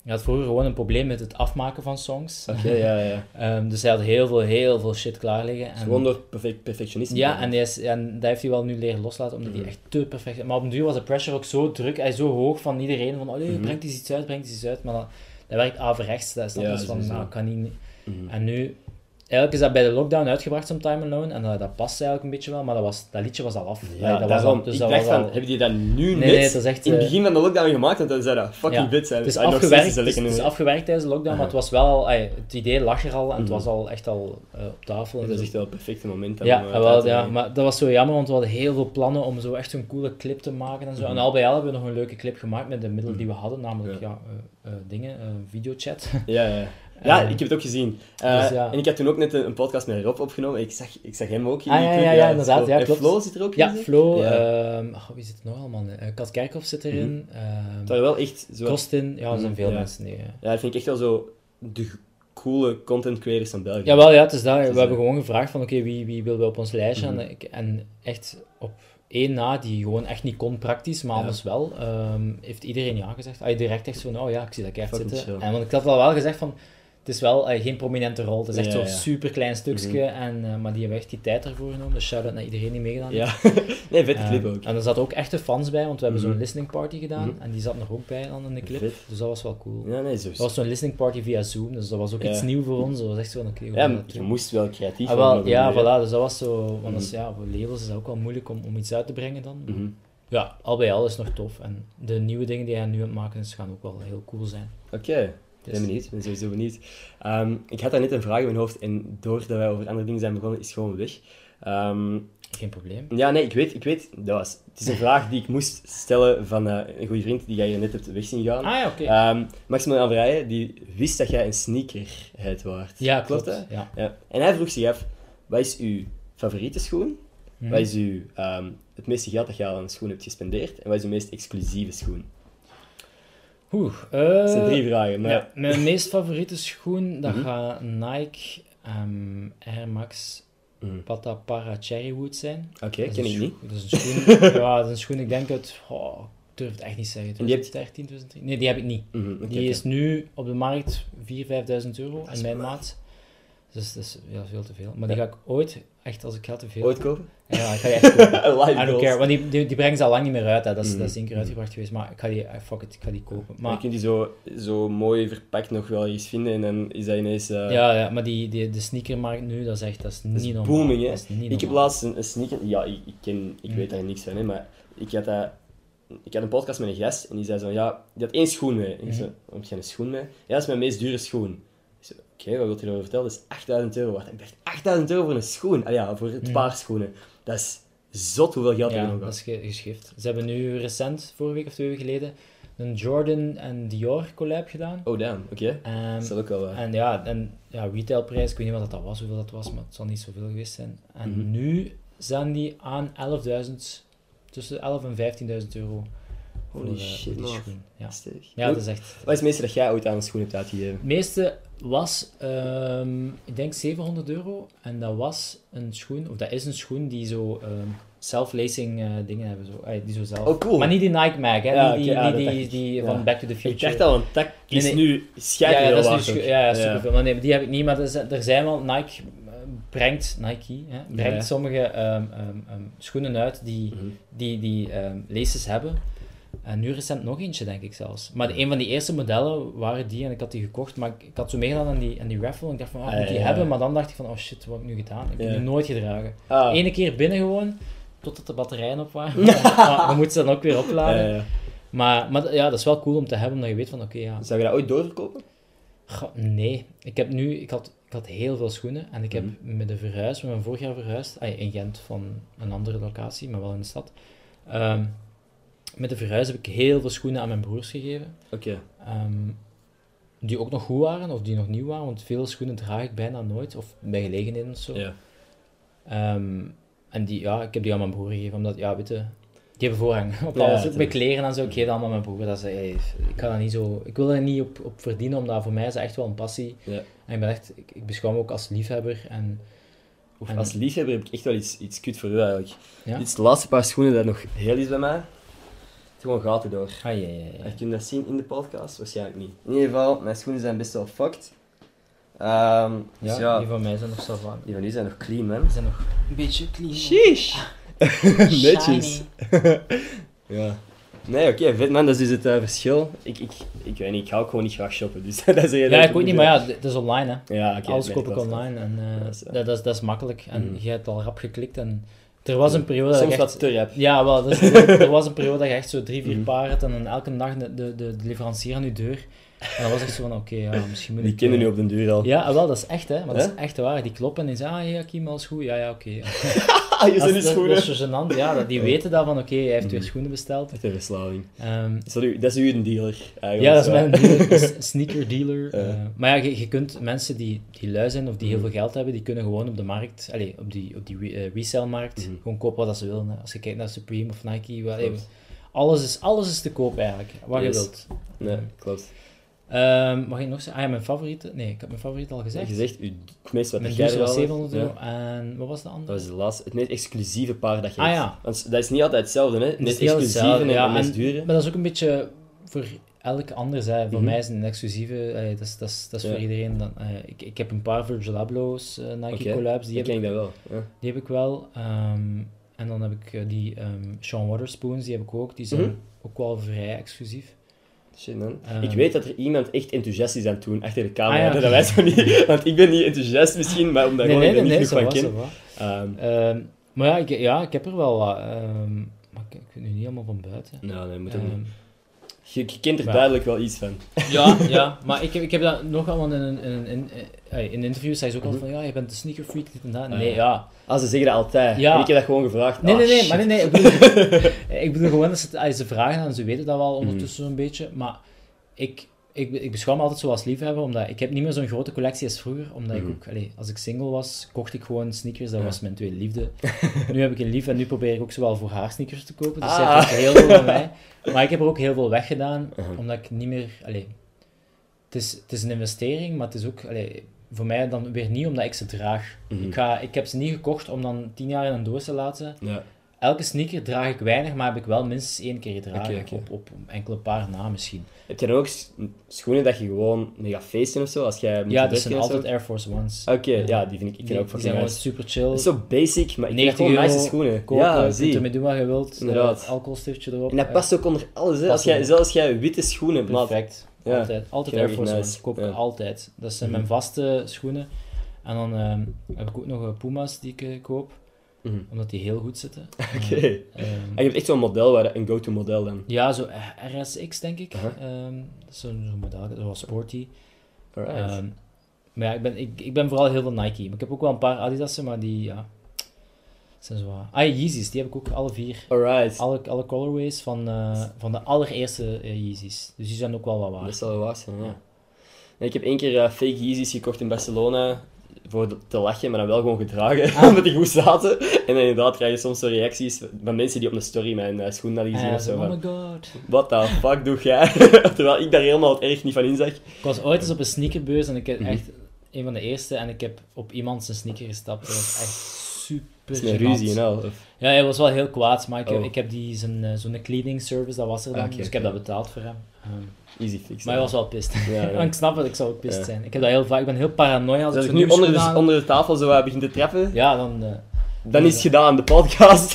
hij had vroeger gewoon een probleem met het afmaken van songs. Oké, okay, ja, ja. um, dus hij had heel veel, heel veel shit klaar liggen. En... Gewoon door perfect, perfectionisme. Ja, en, is, en dat heeft hij wel nu leren loslaten, omdat mm-hmm. hij echt te perfect is. Maar op een duur was de pressure ook zo druk, hij is zo hoog van iedereen, van, oh nee, mm-hmm. brengt eens iets uit, brengt eens iets uit. Maar dat, dat werkt averechts, dat is dan ja, dus van, nou, kan niet... Mm-hmm. En nu... Eigenlijk is dat bij de lockdown uitgebracht, Sometime Alone, en dat, dat past eigenlijk een beetje wel, maar dat, was, dat liedje was al af. Ja, dat was al, dus ik dat dacht was van, al... heb je dat nu nee, net nee, dat is echt, in het begin van de lockdown gemaakt? Want dan zei dat fucking vet zijn. Het is, afgewerkt, het is, het is afgewerkt tijdens de lockdown, uh-huh. maar het was wel, ay, het idee lag er al en mm-hmm. het was al echt al uh, op tafel. En dat is echt wel het perfecte moment. Ja, om, uh, wel, ja, maar dat was zo jammer, want we hadden heel veel plannen om zo echt een coole clip te maken en zo. Mm-hmm. En al bij al hebben we nog een leuke clip gemaakt met de middelen die we hadden, namelijk ja. Ja, uh, uh, dingen, uh, videochat. Ja, ja. Ja, ik heb het ook gezien. Uh, dus ja. En ik heb toen ook net een, een podcast met Rob opgenomen. Ik zag, ik zag hem ook in die ah, ja, clip. Ja, ja, ja, inderdaad. Ja, en klopt. Flo zit er ook in. Ja, Flo. Ja. Um, oh, wie zit er nog allemaal in? Uh, Kat Kerkhoff zit erin. Mm-hmm. Um, dat wel echt zo... Kostin. Ja, er zijn veel ja. mensen. Die, ja. ja, dat vind ik echt wel zo de coole content creators van België. Jawel, ja, het is dat. We is hebben dat. gewoon gevraagd van, oké, okay, wie, wie willen we op ons lijstje? Mm-hmm. En, en echt op één na, die gewoon echt niet kon praktisch, maar ja. anders wel, um, heeft iedereen ja gezegd. Ah, direct echt zo, nou ja, ik zie dat echt zitten. Chill. En want ik had wel wel gezegd van, het is wel uh, geen prominente rol, het is echt ja, zo'n ja. super klein stukje, mm-hmm. en, uh, maar die hebben echt die tijd ervoor genomen, dus shout-out naar iedereen die meegedaan heeft. Ja, nee, vette clip ook. Uh, en er zaten ook echte fans bij, want we hebben mm-hmm. zo'n listening party gedaan, mm-hmm. en die zat er ook bij dan in de clip, vet. Dus dat was wel cool. Ja, nee, zo dat was zo'n listening party via Zoom, dus dat was ook ja. iets nieuw voor ons, dat was echt zo van, oké, okay, ja, je moest wel creatief ah, wel, ja, voilà, dus dat was zo, want mm-hmm. is, ja, voor labels is dat ook wel moeilijk om, om iets uit te brengen dan. Mm-hmm. Ja, al bij al is het nog tof, en de nieuwe dingen die hij nu aan het maken is, gaan ook wel heel cool zijn. Oké. Okay. Ik ben benieuwd, ik ben sowieso benieuwd. Um, ik had daar net een vraag in mijn hoofd en doordat wij over andere dingen zijn begonnen, is het gewoon weg. Um, Geen probleem. Ja, nee, ik weet, ik weet, dat was, het is een vraag die ik moest stellen van uh, een goede vriend die jij hier net hebt weg zien gaan. Ah ja, oké. Okay. Um, Maximilian Verrijen, die wist dat jij een sneakerhead waart. Ja, klopt. klopt ja. Ja. En hij vroeg zich af, wat is uw favoriete schoen? Hmm. Wat is uw, um, het meeste geld dat je al aan een schoen hebt gespendeerd? En wat is uw meest exclusieve schoen? Oeh, uh, dat zijn drie vragen. Maar... Ja, mijn meest favoriete schoen, dat mm-hmm. gaat Nike um, Air Max mm. Pata Para Cherrywood zijn. Oké, okay, ken ik niet. Dat is een schoen, ja, dat is een schoen, ik denk uit, oh, ik durf het echt niet zeggen, twintig dertien, twintig dertien Nee, die heb ik niet. Mm-hmm, okay, die okay. is nu op de markt vierduizend, vijfduizend euro in mijn maat. Dus dat is ja, veel te veel. Maar die ga ik ooit, echt als ik geld te veel... Ooit kopen? Ja, ik ga die echt kopen. Live I don't care, want die, die, die brengen ze al lang niet meer uit. Hè. Dat, is, mm. dat is één keer uitgebracht geweest, maar ik ga die, fuck it, ik ga die kopen. Maar, je kunt die zo, zo mooi verpakt nog wel eens vinden en dan is dat ineens... Uh... Ja, ja, maar die, die, de sneakermarkt nu, dat is echt, dat is niet dat is normaal. Booming, hè? Dat is niet normaal. Ik heb laatst een, een sneaker... Ja, ik, ik, ken, ik mm. weet daar niks van, hè, maar ik had, uh, ik had een podcast met een gast en die zei zo, ja, die had één schoen mee. En ik mm. zei, waarom heb je een schoen mee? Ja, dat is mijn meest dure schoen. Oké, okay, wat wil je erover vertellen? Dat is achtduizend euro waard. Ik dacht, achtduizend euro voor een schoen? Ah ja, voor het mm. paar schoenen. Dat is zot hoeveel geld er ja, nog gaat. dat is ge- geschift. Ze hebben nu recent, vorige week of twee weken geleden, een Jordan en Dior collab gedaan. Oh damn, oké. Okay. Um, dat is ook wel waar. En ja, en, ja, retailprijs, ik weet niet wat dat was, hoeveel dat was, maar het zal niet zoveel geweest zijn. En mm-hmm. nu zijn die aan elfduizend, tussen elf en vijftienduizend euro. Holy voor, shit, voor die man. schoen. Ja, ja dat is echt... Wat is het meeste dat jij ooit aan een schoen hebt uitgegeven? Het meeste was, um, ik denk zevenhonderd euro. En dat was een schoen, of dat is een schoen die zo um, self-lacing uh, dingen hebben. Zo. Ay, die zo zelf. Oh, cool. Maar niet die Nike Mag, hè. Ja, die, die, okay, die, ah, die, die ja. van Back to the Future. Ik dacht al, want dat is nee, nee. nu schijt ja, ja, heel dat waard. is nu, ja, ja, superveel. Ja. Maar nee, die heb ik niet. Maar er zijn, er zijn wel, Nike brengt, Nike, hè, brengt ja. sommige um, um, um, schoenen uit die, mm-hmm. die, die um, laces hebben. En nu recent nog eentje, denk ik zelfs. Maar de, een van die eerste modellen waren die en ik had die gekocht, maar ik, ik had zo meegedaan aan die, aan die raffle en ik dacht van, oh, ik moet die ja, hebben, ja. maar dan dacht ik van, oh shit, wat heb ik nu gedaan? Ik heb ja. die nooit gedragen. Ah. Ene keer binnen gewoon, totdat de batterijen op waren. Maar dan moeten ze dan ook weer opladen. Ja, ja. Maar, maar ja, dat is wel cool om te hebben, omdat je weet van, oké, okay, ja. Zou je dat ooit doorverkopen? Goh, nee. Ik heb nu, ik had, ik had heel veel schoenen en ik heb mm. met de verhuis, met mijn vorig jaar verhuisd, ah, in Gent van een andere locatie, maar wel in de stad. Um, Met de verhuis heb ik heel veel schoenen aan mijn broers gegeven. Oké. Okay. Um, die ook nog goed waren, of die nog nieuw waren, want veel schoenen draag ik bijna nooit, of bij gelegenheden of zo. Ja. Um, en die, ja, ik heb die aan mijn broer gegeven, omdat, ja, weet je, die hebben voorrang op alles. Ja, ook bij kleren en zo, ik geef dat allemaal aan mijn broer. Dat is, hey, ik, kan dat niet zo, ik wil er niet op, op verdienen, omdat voor mij is dat echt wel een passie. Ja. En ik ben echt, ik, ik beschouw me ook als liefhebber. En, Oef, en als liefhebber heb ik echt wel iets, iets kut voor u eigenlijk. Ja? Dit is de laatste paar schoenen dat nog heel is bij mij. gewoon gaten door. Ah, ja, ja, ja. Kun je dat zien in de podcast? Waarschijnlijk niet. In ieder geval, mijn schoenen zijn best wel fucked. Um, dus Ja, ja, die van mij zijn nog savant. die van u zijn nog clean, man. Die zijn nog een beetje clean. Sheesh! Netjes. Shiny. Ja. Nee, oké, okay, vet man, dat is dus het uh, verschil. Ik, ik, ik weet niet, ik hou ook gewoon niet graag shoppen, dus dat is... Ja, ik weet niet, maar ja, dat is online, hè. Ja, okay, alles nee, koop ik klopt, online en uh, dat, is, uh... dat, dat, is, dat is makkelijk. En mm. je hebt al rap geklikt en... Er was een periode Soms dat wat echt... te rap. Ja, wel, dus, er was een periode dat je echt zo drie, vier mm. paar had en dan elke dag de, de, de leverancier aan je deur. En dan was echt zo van, oké, okay, ja, misschien moet Die ik... kennen uh... nu op den duur al. Ja, wel, dat is echt, hè. Maar Huh? dat is echt waar. Die kloppen en die zeggen, ah, hey, Hakim, alles goed? Ja, ja, oké. Okay, je zijn die schoenen. Dat is zo gênant, ja. Dat, die ja. weten dat van, oké, okay, hij heeft mm. weer schoenen besteld. Echt een verslaving. Um, dat, is dat is uw dealer, eigenlijk. Ja, dat is mijn dealer, dat is sneaker dealer. Ja. Uh, maar ja, je, je kunt mensen die, die lui zijn of die heel mm. veel geld hebben, die kunnen gewoon op de markt, allez, op die, op die uh, resale-markt, mm. gewoon kopen wat ze willen. Hè. Als je kijkt naar Supreme of Nike, wel, hey, alles, is, alles is te koop eigenlijk, wat yes. je wilt. Nee, klopt. Um, mag ik nog zeggen? Ah ja, mijn favoriete. Nee, ik heb mijn favoriet al gezegd. Je zegt, u, het meest wat mijn jij duurste was wel zevenhonderd euro. Ja. En wat was de andere? Dat was de laatste, het meest exclusieve paar dat je ah, hebt. ja. Want dat is niet altijd hetzelfde, hè? Het meest niet exclusieve en ja, het meest en, dure. Maar dat is ook een beetje voor elk ander. Hè. Voor mm-hmm. mij is een exclusieve, uh, dat is, dat is, dat is ja. voor iedereen. Dan, uh, ik, ik heb een paar Virgil Abloh's uh, Nike okay. collabs. Die ik heb ken ik dat wel. Ja. Die heb ik wel. Um, en dan heb ik uh, die um, Sean Waterspoons, die heb ik ook. Die zijn mm-hmm. ook wel vrij exclusief. Shit, man. Um, ik Um, weet dat er iemand echt enthousiast is aan het doen, achter de camera. Ah, ja. Dat weet ik niet. Want ik ben niet enthousiast misschien, maar omdat nee, nee, nee, ik er nee, niet nee, genoeg zo van was, ken. Um, um, maar ja ik, ja, ik heb er wel wat. Um, maar ik, ik weet nu niet helemaal van buiten. nou, nee, moet er um, niet. Je, je kent er maar, duidelijk wel iets van. Ja, ja, maar ik heb, ik heb dat nog allemaal in, in, in, in, in, in interviews zei ze ook mm-hmm. al van, ja, je bent een sneakerfreak, dit en dat. Ah, Nee, ja. ja. Ah, ze zeggen dat altijd. Ja. En ik heb dat gewoon gevraagd. Nee, ah, nee, nee, shit. maar nee, nee, ik bedoel, ik bedoel gewoon dat ze, als ze vragen en ze weten dat wel ondertussen mm. zo'n beetje, maar ik... Ik, ik beschouw me altijd zo als liefhebber, omdat ik heb niet meer zo'n grote collectie als vroeger, omdat mm-hmm. ik ook, allee, als ik single was, kocht ik gewoon sneakers, dat ja. was mijn tweede liefde. Nu heb ik een lief en nu probeer ik ook zowel voor haar sneakers te kopen, dus ah. zij heeft ook heel veel van mij. Maar ik heb er ook heel veel weggedaan, uh-huh. omdat ik niet meer, allee, het is, het is een investering, maar het is ook, allee, voor mij dan weer niet omdat ik ze draag. Mm-hmm. Ik, ga, ik heb ze niet gekocht om dan tien jaar in een doos te laten. Ja. Elke sneaker draag ik weinig, maar heb ik wel minstens één keer gedragen. Okay, okay. Op, op enkele paar na misschien. Heb je dan ook schoenen dat je gewoon mee gaat feesten of zo? Als jij ja, dat zijn altijd Air Force Ones. Oké, okay, uh, ja, die vind ik, ik die, ook die zijn gewoon super chill. Het is zo basic, maar ik vind negentig gewoon euro nice schoenen. Kopen, ja, je zie. kunt ermee doen wat je wilt. Inderdaad. Uh, alcoholstiftje erop. En dat past ook onder alles, hè. Als jij, jij, zelfs als jij witte schoenen hebt. Perfect. Ja. Altijd, altijd Air Force Ones. Nice. Koop ik ja. altijd. Dat zijn mm-hmm. mijn vaste schoenen. En dan uh, heb ik ook nog uh, Puma's die ik uh, koop. Mm-hmm. Omdat die heel goed zitten. Oké. Okay. Um, en je hebt echt zo'n model, waar, een go-to model dan? Ja, zo R S X denk ik. Uh-huh. Um, dat is zo'n, zo'n model, dat was sporty. Alright. Um, maar ja, ik ben, ik, ik ben vooral heel veel Nike. Maar ik heb ook wel een paar Adidas'en, maar die, ja... zijn zo... Ah, Yeezys, die heb ik ook alle vier. Alright. Alle, alle colorways van, uh, van de allereerste uh, Yeezys. Dus die zijn ook wel wat waard. Dat zal wel waar zijn, ja. En ik heb één keer uh, fake Yeezys gekocht in Barcelona... voor te lachen, maar dan wel gewoon gedragen, ah. omdat die goed zaten. En dan inderdaad krijg je soms zo reacties van mensen die op een story mijn uh, schoen hadden gezien uh, of zo. Oh my god. What the fuck doe jij? Terwijl ik daar helemaal het erg niet van inzag. Ik was ooit eens op een sneakerbeurs en ik heb mm-hmm. echt een van de eerste en ik heb op iemand zijn sneaker gestapt. Dat was echt super gênant. Is een ruzie en al? Of? Ja, hij was wel heel kwaad, maar ik, oh. heb, ik heb die zijn, uh, zo'n cleaning service, dat was er dan, ah, okay, dus ik okay. heb dat betaald voor hem. Um, Easy fix. Maar hij was wel pist. Ja, ja. Ik snap het, ik zou ook pist ja. zijn. Ik heb dat heel vaak, ik ben heel paranoia als dus ik ik nu onder de, onder de tafel zo uh, begin te trappen, ja, dan... Uh, dan is het gedaan, de podcast.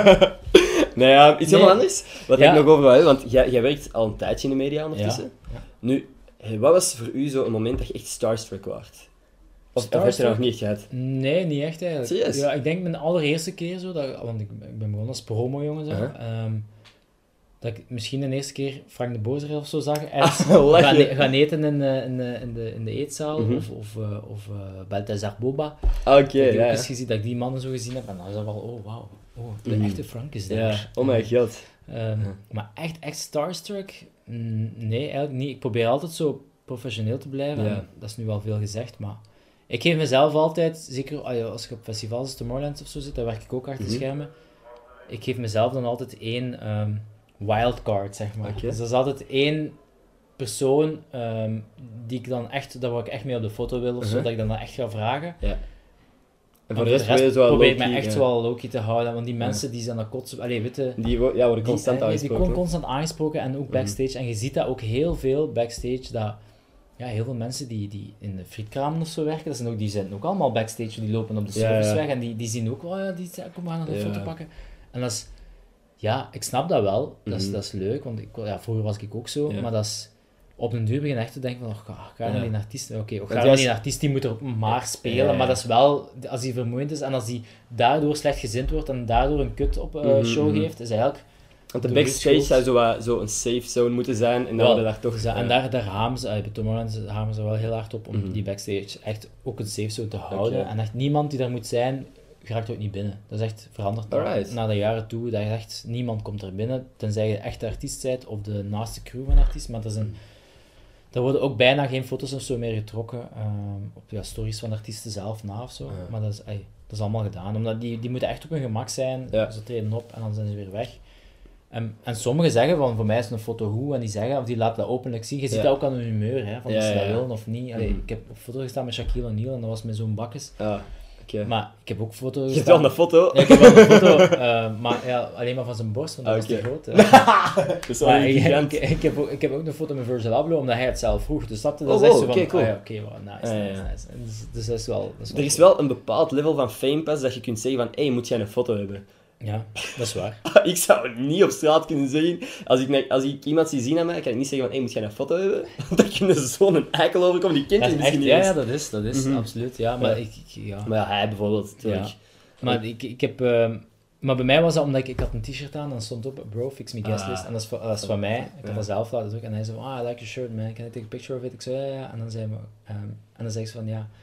nee, ja, iets nee. helemaal anders. Wat ja. ik nog over wou hebben, want jij, jij werkt al een tijdje in de media ondertussen. Ja. Ja. Nu, wat was voor u zo een moment dat je echt starstruck was? Of, of heb je dat nog niet gehad? Nee, niet echt eigenlijk. Serieus? Ja, ik denk mijn allereerste keer zo, dat, want ik, ik ben begonnen als promo-jongen zo. Uh-huh. Um, dat ik misschien de eerste keer Frank de Bozer of zo zag, ergens ah, gaan, e- gaan eten in, uh, in, uh, in, de, in de eetzaal, mm-hmm. of, of, uh, of uh, Balthazar Boba. Oké, okay, dat ik ja, ook ja. eens gezien, dat ik die mannen zo gezien heb, en dan was dat wel, oh wauw, oh, de mm. echte Frank is daar. Ja. Oh my god. Um, ja. Maar echt, echt starstruck? Mm, nee, eigenlijk niet. Ik probeer altijd zo professioneel te blijven, ja. en dat is nu wel veel gezegd, maar... Ik geef mezelf altijd, zeker als ik op festivals als Tomorrowland of zo zit, daar werk ik ook achter mm-hmm. schermen. Ik geef mezelf dan altijd één um, wildcard, zeg maar. Okay. Dus dat is altijd één persoon um, die ik dan echt, daar waar ik echt mee op de foto wil of uh-huh. zo, dat ik dan echt ga vragen. Ja. En voor de rest, rest probeer ik mij echt ja. wel low-key te houden, want die mensen ja. die zijn dat kotsen... Allee, weet je... Die wo- ja, worden constant die, aangesproken. Die worden constant aangesproken en ook backstage. Mm. En je ziet dat ook heel veel backstage, dat... Ja, heel veel mensen die, die in de frietkramen of zo werken, dat zijn ook, die zijn ook allemaal backstage, die lopen op de service ja, ja. weg en die, die zien ook, oh ja, die zeggen, kom, we gaan een ja. foto pakken. En dat is... Ja, ik snap dat wel, dat, mm-hmm. is, dat is leuk, want ik, ja, vroeger was ik ook zo, ja. maar dat is... Op een duur begin echt te denken van, oh, ga, ga ja. een artiest... Oké, okay, ga was... een artiest, die moet er maar spelen, ja, ja. maar dat is wel... Als hij vermoeiend is en als hij daardoor slecht gezind wordt en daardoor een kut op uh, mm-hmm. show geeft, is eigenlijk... Want de backstage zou zo, zo een safe zone moeten zijn en dan wel, daar toch... Ja, en daar, daar hamen ze... Bij Tomorrowland hamen ze wel heel hard op om mm-hmm. die backstage echt ook een safe zone te houden. Okay. En echt niemand die daar moet zijn, geraakt ook niet binnen. Dat is echt veranderd na, na de jaren toe. Dat je echt... Niemand komt er binnen, tenzij je echt de artiest bent of de naaste crew van de artiest, maar dat is een... Mm. Er worden ook bijna geen foto's of zo meer getrokken um, op ja, stories van de artiesten zelf na of zo. Ja. Maar dat is, ey, dat is allemaal gedaan. Omdat die, die moeten echt op hun gemak zijn. Ja. Ze treden op en dan zijn ze weer weg. En, en sommigen zeggen van, voor mij is een foto hoe, en die zeggen, of die laten dat openlijk zien. Je ziet ja. dat ook aan hun humeur, hè, van ja, of ze dat ja. willen of niet. Allee, mm. Ik heb op foto gestaan met Shaquille O'Neal en dat was met zo'n bakjes. Ja. Okay. Maar ik heb ook foto's. Je hebt wel een foto? Ja, ik heb wel een foto, uh, maar ja, alleen maar van zijn borst, want dat okay. was te groot. Uh. Dus maar ik, ik, ik, heb ook, ik heb ook een foto met Virgil Abloh, omdat hij het zelf vroeg. Dus dat, dat oh, is echt wow, zo van, okay, cool. oh, ja, oké, okay, wow, nice, uh, nice, nice. Dus, dus dat is wel... Dat is wel er is cool. wel een bepaald level van fame pas dat je kunt zeggen van, hé, hey, moet jij een foto hebben? Ja, dat is waar. Ik zou het niet op straat kunnen zeggen. Als ik, als ik iemand zie zien aan mij, kan ik niet zeggen van, hé, hey, moet jij een foto hebben? Want dan kun je zo'n eikel overkomen, die kent je misschien niet ja, eens. Ja, dat is, dat is, mm-hmm. absoluut. Ja, maar, ja. Ik, ja. maar ja, hij bijvoorbeeld. Ja. Maar ik, ik heb... Uh, maar bij mij was dat omdat ik, ik had een t-shirt aan en stond op, bro, fix me guest list. Ah. En dat is, dat is van mij. Ik had ja. dat zelf laten drukken. En hij zei, ah, oh, I like your shirt, man. Can I take a picture of it? Ik zei, ja, ja. En dan zei hij, um, en dan zei ze van, ja...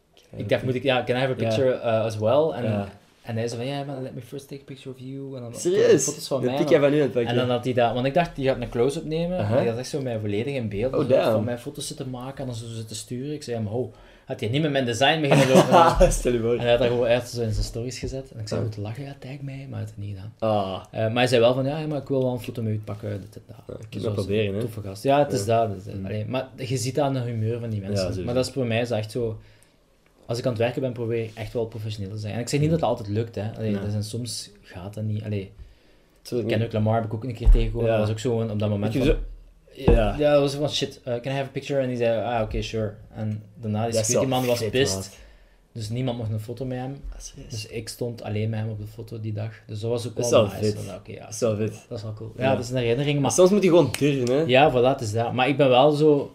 Ik dacht, moet ik... Ja, can I have a picture yeah. uh, as well? En, yeah. en hij zei van, ja, man, let me first take a picture of you. En dan serieus? Foto's van dat mij. Tik jij van nu het en dan had hij dat... Want ik dacht, die gaat een close-up nemen. Uh-huh. En hij had echt zo mij volledig in beeld. Oh, zo, van mij foto's zitten maken en dan zo zitten sturen. Ik zei, ja, maar ho... Had hij niet met mijn design beginnen lopen. Stel je voor. En hij had dat gewoon uit zo in zijn stories gezet. En ik zei, goed oh. lachen, ja, tag mij. Maar hij had het niet gedaan. Ah. Uh, maar hij zei wel van, ja, maar ik wil wel een foto met u pakken. Dit, dit, dat. Ja, ik kan dat proberen, hè. Toffe gast. Ja, het is ja. dat. Mm. Allee, maar je ziet aan de humeur van die mensen. Ja, maar dat is voor mij is echt zo... Als ik aan het werken ben, probeer ik echt wel professioneel te zijn. En ik zeg niet dat het altijd lukt, hè. Allee, ja. er zijn, soms gaat dat niet. Allee, Kendrick Lamar heb ik ook een keer tegengekomen. Ja. Dat was ook zo op dat moment van... Ja. ja, dat was van shit, uh, can I have a picture? En die zei, ah, oké, okay, sure. En daarna, die, die man was pissed. Dus niemand mocht een foto met hem. Dus ik stond alleen met hem op de foto die dag. Dus dat was ook wel nice. Vet. Dat, okay, ja, dat is wel vet. Dat is wel cool. Ja, ja, dat is een herinnering. Maar... maar soms moet je gewoon durven, hè. Ja, voilà, het is dat. Maar ik ben wel zo...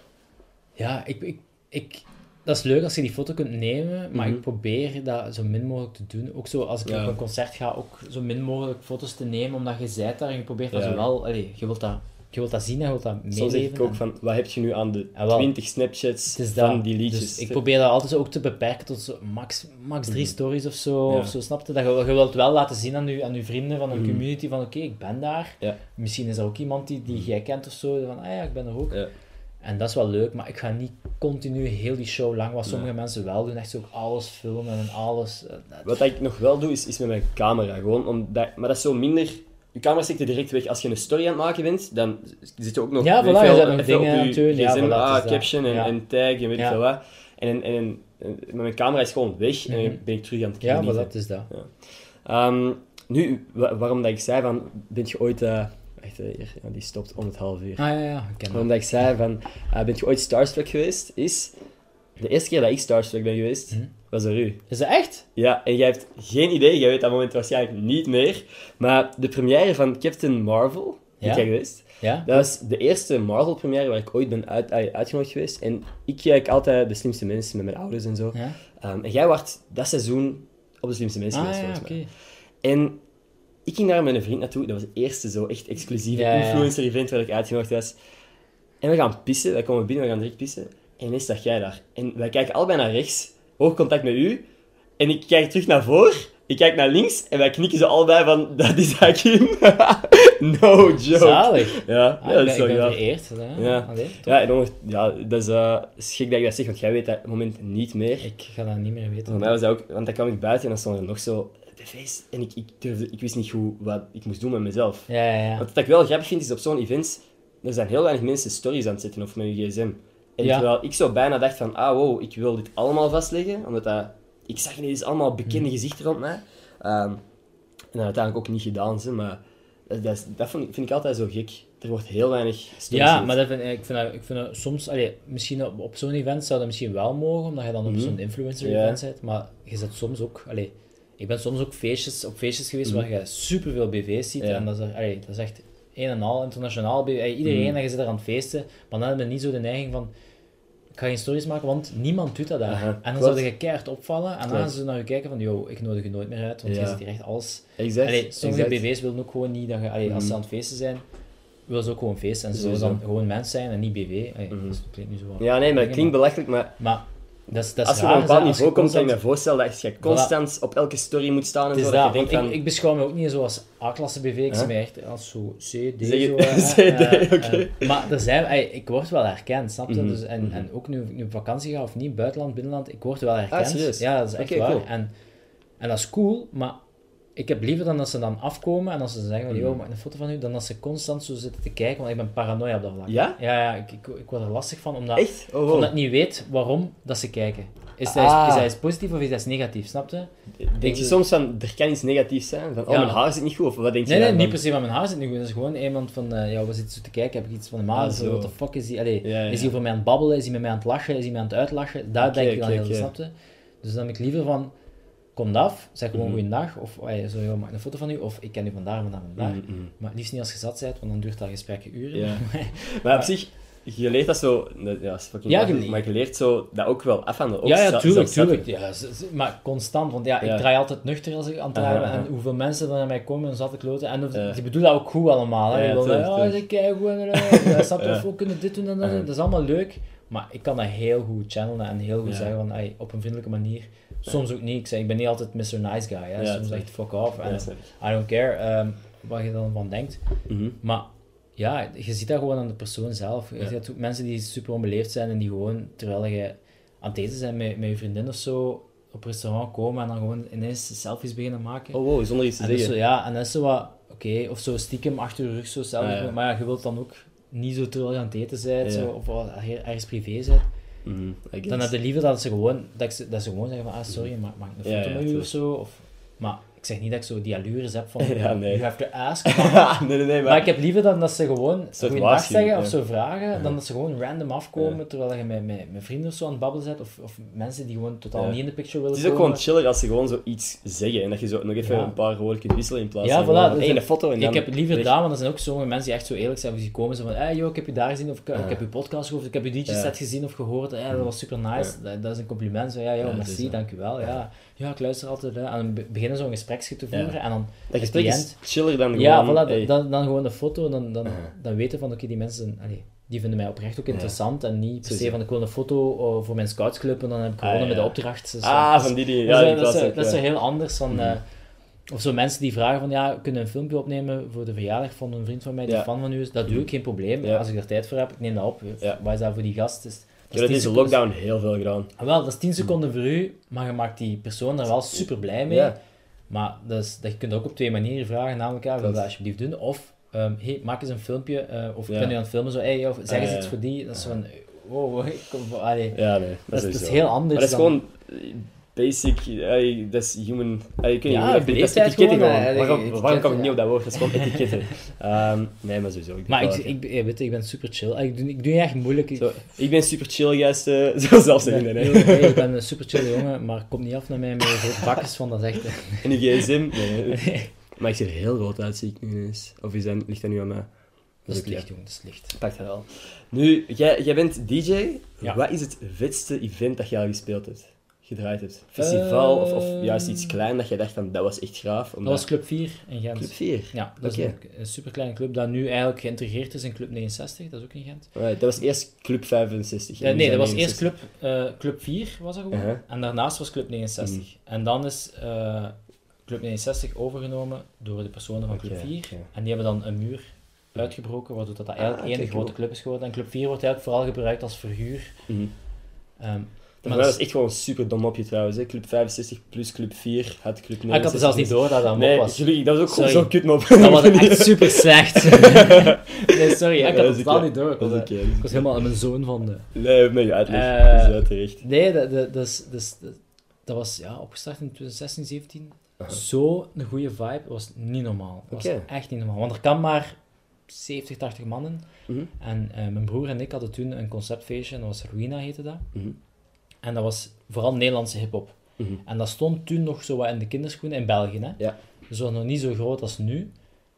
Ja, ik... ik, ik... Dat is leuk als je die foto kunt nemen, maar mm-hmm. ik probeer dat zo min mogelijk te doen. Ook zo, als ik ja. op een concert ga, ook zo min mogelijk foto's te nemen, omdat je zijt daar en je probeert dat ja. zo wel... Allee, je wilt dat... Je wilt dat zien en je wilt dat meeleven. Zo zeg ik ook van, wat heb je nu aan de twintig Snapchats van dat. Die liedjes? Dus ik probeer dat altijd ook te beperken tot zo max, max drie mm-hmm. stories of zo, ja. of zo, snap je? Dat je, je wilt wel laten zien aan je, aan je vrienden van een mm-hmm. community van, oké, okay, ik ben daar. Ja. Misschien is er ook iemand die, die mm-hmm. jij kent of zo, van, ah ja, ik ben er ook. Ja. En dat is wel leuk, maar ik ga niet continu heel die show lang, wat sommige nee. mensen wel doen, echt zo ook alles filmen en alles. Uh, wat ik nog wel doe, is, is met mijn camera, gewoon, omdat, maar dat is zo minder... Je camera steekt er direct weg. Als je een story aan het maken bent, dan zit je ook nog ja, voilà, veel, je nog dingen op je ja, gsm, voilà, ah, caption en, ja. en tag en weet ik ja. veel wat. En, en, en, en mijn camera is gewoon weg en dan ben ik terug aan het genieten. Ja, maar dat is dat. Ja. Um, nu, wa- waarom dat ik zei van, ben je ooit... Uh, echt, uh, hier, ja, die stopt om het half uur. Ah ja, ja, ik ken waarom dat ik zei van, uh, ben je ooit starstruck geweest, is... De eerste keer dat ik starstruck ben geweest, hm? was er u. Is dat echt? Ja, en jij hebt geen idee, jij weet dat moment waarschijnlijk niet meer, maar de première van Captain Marvel, ben ja? jij geweest? Ja? Dat was de eerste Marvel-première waar ik ooit ben uit, uitgenodigd geweest. En ik kijk altijd De Slimste Mensen met mijn ouders en zo. Ja? Um, en jij was dat seizoen op De Slimste Mensen ah, geweest, ja, volgens mij. Okay. En ik ging daar met een vriend naartoe, dat was het eerste zo echt exclusieve ja, influencer-event waar ik uitgenodigd was. En we gaan pissen, wij komen binnen, we gaan direct pissen. En ineens sta jij daar. En wij kijken allebei naar rechts, oogcontact met u. En ik kijk terug naar voren, ik kijk naar links en wij knikken ze allebei van, dat is Hakim. No joke. Zalig. Ja, ah, ja dat ik is ben, zo ik ben gaaf. vereerd. Ja, Allee, ja, en dan, ja dat is uh, schrik dat ik dat zeg, want jij weet dat op het moment niet meer. Ik ga dat niet meer weten. Voor mij was dat ook, want dan kwam ik buiten en dan stond er nog zo de feest. En ik, ik, durfde, ik wist niet hoe, wat ik moest doen met mezelf. Ja, ja, ja. Want wat ik wel grappig vind, is op zo'n event, er zijn heel weinig mensen stories aan het zetten of met je gsm. En ja. terwijl ik zo bijna dacht van, ah wow, ik wil dit allemaal vastleggen, omdat dat... ik zag ineens allemaal bekende gezichten rond mij. Um, en dat uiteindelijk ook niet gedaan, ze, maar dat, dat, is, dat vind, vind ik altijd zo gek. Er wordt heel weinig stories. Ja, maar dat vind, ik, vind dat, ik vind dat soms... Allee, misschien op, op zo'n event zou dat misschien wel mogen, omdat je dan op mm-hmm. zo'n influencer-event ja. bent. Maar je zit soms ook... Allee, ik ben soms ook feestjes, op feestjes geweest mm-hmm. waar je superveel B V's ziet. Ja. En dat is, er, allee, dat is echt een en al internationaal. B V, allee, iedereen mm-hmm. dat je zit er aan het feesten. Maar dan heb je niet zo de neiging van... Ik ga geen stories maken, want niemand doet dat daar. Uh-huh. En dan zou je keihard opvallen. En dan gaan ze naar je kijken van... Yo, ik nodig je nooit meer uit, want ja. je zit hier echt alles... Exact. Allee, sommige exact. B V's willen ook gewoon niet dat je... Allee, mm-hmm. Als ze aan het feesten zijn... wil ze ook gewoon feesten. En ze willen dan gewoon mens zijn en niet B V. Ay, mm-hmm. Dat klinkt nu zo wat. Ja, nee, maar het klinkt belachelijk, maar... maar dat is, dat is als je raar, op een bepaald niveau komt, constant... kan je me voorstellen dat je constant voilà. op elke story moet staan en zo. Dat dat je je denkt ik, van... ik beschouw me ook niet zo als A-klasse B V. Ik huh? zie mij echt als zo C, D, zeg zo. C, D, uh, oké. Okay. Uh, maar er zijn, ay, ik word wel herkend, snap je? Mm-hmm. Dus, en, mm-hmm. en ook nu, nu op vakantie ga of niet, buitenland, binnenland, ik word wel herkend. Ah, serieus? Ja, dat is echt okay, waar. Cool. En, en dat is cool, maar... Ik heb liever dan dat ze dan afkomen en als ze zeggen van, yo, maak een foto van u, dan dat ze constant zo zitten te kijken, want ik ben paranoia op dat vlak. Ja? Ja, ja, ik, ik, ik word er lastig van, omdat, Echt? Oh, wow. omdat ik niet weet waarom dat ze kijken. Is dat, ah. is dat iets positief of is dat iets negatief, snap je? Denk je soms van, er kan iets negatiefs zijn? Van, oh, ja. mijn haar zit niet goed, of wat denk je? Nee, nee, van... niet per se van mijn haar zit niet goed. Dat is gewoon iemand van, uh, ja, we zitten zo te kijken, heb ik iets van de maat, ah, what the fuck is hij? Allee, ja, ja. Is hij over mij aan het babbelen, is hij met mij aan het lachen, is hij mij aan het uitlachen? Daar okay, denk ik dan okay, heel, okay. snap je? Dus dan heb ik liever van... Kom af, zeg gewoon mm-hmm. goeiedag, of hey, zo, joh, maak een foto van u, of ik ken u vandaar, vandaar, vandaar. Mm-hmm. Maar liefst niet als je zat bent, want dan duurt dat gesprek uren. Ja. maar op zich, je leert dat zo, ja, is fucking ja, leuk, maar je leert zo dat ook wel afhandelen. Ja, ja, tuurlijk, tuurlijk. Ja, maar constant, want ja, ik ja. draai altijd nuchter als ik aan het draaien ben, en hoeveel mensen dan naar mij komen en zat te kloten, en ja. je bedoelt dat ook goed allemaal, hè. Ja, je wil dat, oh, ze kijken gewoon, ja, snap je, of we kunnen dit doen en dat, dat is allemaal leuk, maar ik kan dat heel goed channelen en heel goed ja. zeggen van, ay, op een vriendelijke manier. Soms ook niet. Ik, zeg, ik ben niet altijd mister Nice Guy. Hè. Ja, soms echt fuck off. En ja, I don't care um, wat je dan van denkt. Mm-hmm. Maar ja, je ziet dat gewoon aan de persoon zelf. Je ja. ziet ook mensen die super onbeleefd zijn en die gewoon, terwijl je aan het eten zijn met, met je vriendin of zo, op restaurant komen en dan gewoon ineens selfies beginnen maken. Oh wow, zonder iets te en zeggen. Zo, ja, en dat is zo wat, oké, okay, of zo stiekem achter je rug zo selfies. Ah, ja. Maar ja, je wilt dan ook niet zo terwijl je aan het eten bent, ja. zo, of ergens privé bent. Mm, dan heb je liever dat ze gewoon, dat ze, dat ze gewoon zeggen van, ah sorry, maak, maak een foto ja, ja, met u of zo. Of, maar ik zeg niet dat ik zo die allures heb van, ja, nee. you have to ask. Maar, nee, nee, nee, maar... maar ik heb liever dan dat ze gewoon goeiedag zeggen ja. of zo vragen, ja. dan dat ze gewoon random afkomen, ja. terwijl je met, met, met vrienden of zo aan het babbelen bent, of, of mensen die gewoon totaal ja. niet in de picture willen komen. Het is ook gewoon chiller als ze gewoon zoiets zeggen en dat je zo nog even ja. een paar woorden kunt wisselen in plaats ja, van voilà, één foto en dan... Ik heb het liever gedaan, want er zijn ook sommige mensen die echt zo eerlijk zijn, die komen zo van, hey, yo, ik heb je daar gezien, of ik, ja. ik heb je podcast gehoord, ik heb je D J-set ja. gezien of gehoord, hey, dat was super nice, ja. dat, dat is een compliment, zo, ja, yo, ja, merci, dankjewel, ja. Ja, ik luister altijd, hè. En dan beginnen zo'n gesprekje te voeren ja. en dan dat gesprek is chiller dan gewoon... Ja, voilà, hey. dan, dan gewoon de foto, dan, dan, uh-huh. dan weten van, oké, okay, die mensen, allee, die vinden mij oprecht ook interessant ja. en niet per se van, ik wil een foto uh, voor mijn scoutsclub en dan heb ik gewonnen ah, ja. met de opdracht. Dus, ah, dus, van die dingen, ja, dus, die dat, is, ook, dat is ja. zo heel anders dan... Mm-hmm. Uh, of zo mensen die vragen van, ja, kunnen een filmpje opnemen voor de verjaardag van een vriend van mij die ja. fan van u is, dat doe ik, geen probleem. Ja. Als ik er tijd voor heb, ik neem dat op. Ja. Wat is dat voor die gast? Dus, ik heb dat in de lockdown heel veel gedaan. Wel, dat is tien seconden voor u, maar je maakt die persoon er wel super blij mee. Ja. Maar dat, is, dat je kunt ook op twee manieren vragen, namelijk, ja, wil dat alsjeblieft doen? Of, um, hey, maak eens een filmpje, uh, of ik ja. ben nu aan het filmen, zo, hey, of, zeg eens uh, iets voor die. Dat is van, wow, ik kom, allee. Ja, nee, dat, dat, is, dat is heel anders. Maar dat is dan... gewoon basic, uh, dat is human... Uh, ik weet ja, niet, dat is etiketten gewoon. Uh, waarom waarom kom ik ja. niet op dat woord? Dat is gewoon etiketten. um, nee, maar sowieso. Ik maar ik, ik, ik, weet, ik ben super chill. Ik doe, ik doe niet echt moeilijk. Zo, ik ben super chill, gast. Uh, zo zelfs zeggen. Nee, nee. nee, ik ben een super chill jongen, maar kom niet af naar mij met grote bakjes van, dat is echt... En die gsm? Nee, nee. Maar ik zie er heel rood uit, zie ik nu eens. Of is dat, ligt dat nu aan mij? Dat is licht, jongen, dat is licht. Pak dat wel. Nu, jij, jij bent D J. Ja. Wat is het vetste event dat jij al gespeeld hebt? Gedraaid hebt? Festival uh, of, of juist iets klein dat je dacht van dat was echt gaaf? Omdat... Dat was Club vier in Gent. Club vier? Ja, dat okay. is een, een superkleine club dat nu eigenlijk geïntegreerd is in Club negenenzestig, dat is ook in Gent. Right, dat was eerst Club vijfenzestig. Uh, nee, dat was eerst Club, uh, Club vier was dat gewoon. Uh-huh. En daarnaast was Club negenenzestig. Mm. En dan is uh, Club negenenzestig overgenomen door de personen van okay, Club vier. Okay. En die hebben dan een muur uitgebroken, waardoor dat eigenlijk ah, één okay, grote cool. club is geworden. En Club vier wordt eigenlijk vooral gebruikt als verhuur. Mm. Um, dat was echt gewoon een super dom mopje trouwens. Hè. Club vijfenzestig plus Club vier had Club negenenzestig. Ah, ik had er zelfs niet door dat dat mop nee, was. Sorry, dat was ook gewoon zo'n kutmop. Dat was echt super slecht. Nee, sorry, ik had het totaal niet door. Ik was, okay, ik was helemaal aan mijn zoon van de... Nee, met je uitleg. Uh, dat is terecht. Nee, dat, dat, dat, is, dat, is, dat was ja, opgestart in twintig zestien, zeventien. Uh-huh. Zo een goede vibe, dat was niet normaal. Dat okay. was echt niet normaal. Want er kan maar zeventig, tachtig mannen. Mm-hmm. En uh, mijn broer en ik hadden toen een conceptfeestje, en dat was Ruina heette dat. Mm-hmm. En dat was vooral Nederlandse hip-hop. Mm-hmm. En dat stond toen nog zo wat in de kinderschoenen in België. Hè? Ja. Dus dat was nog niet zo groot als nu.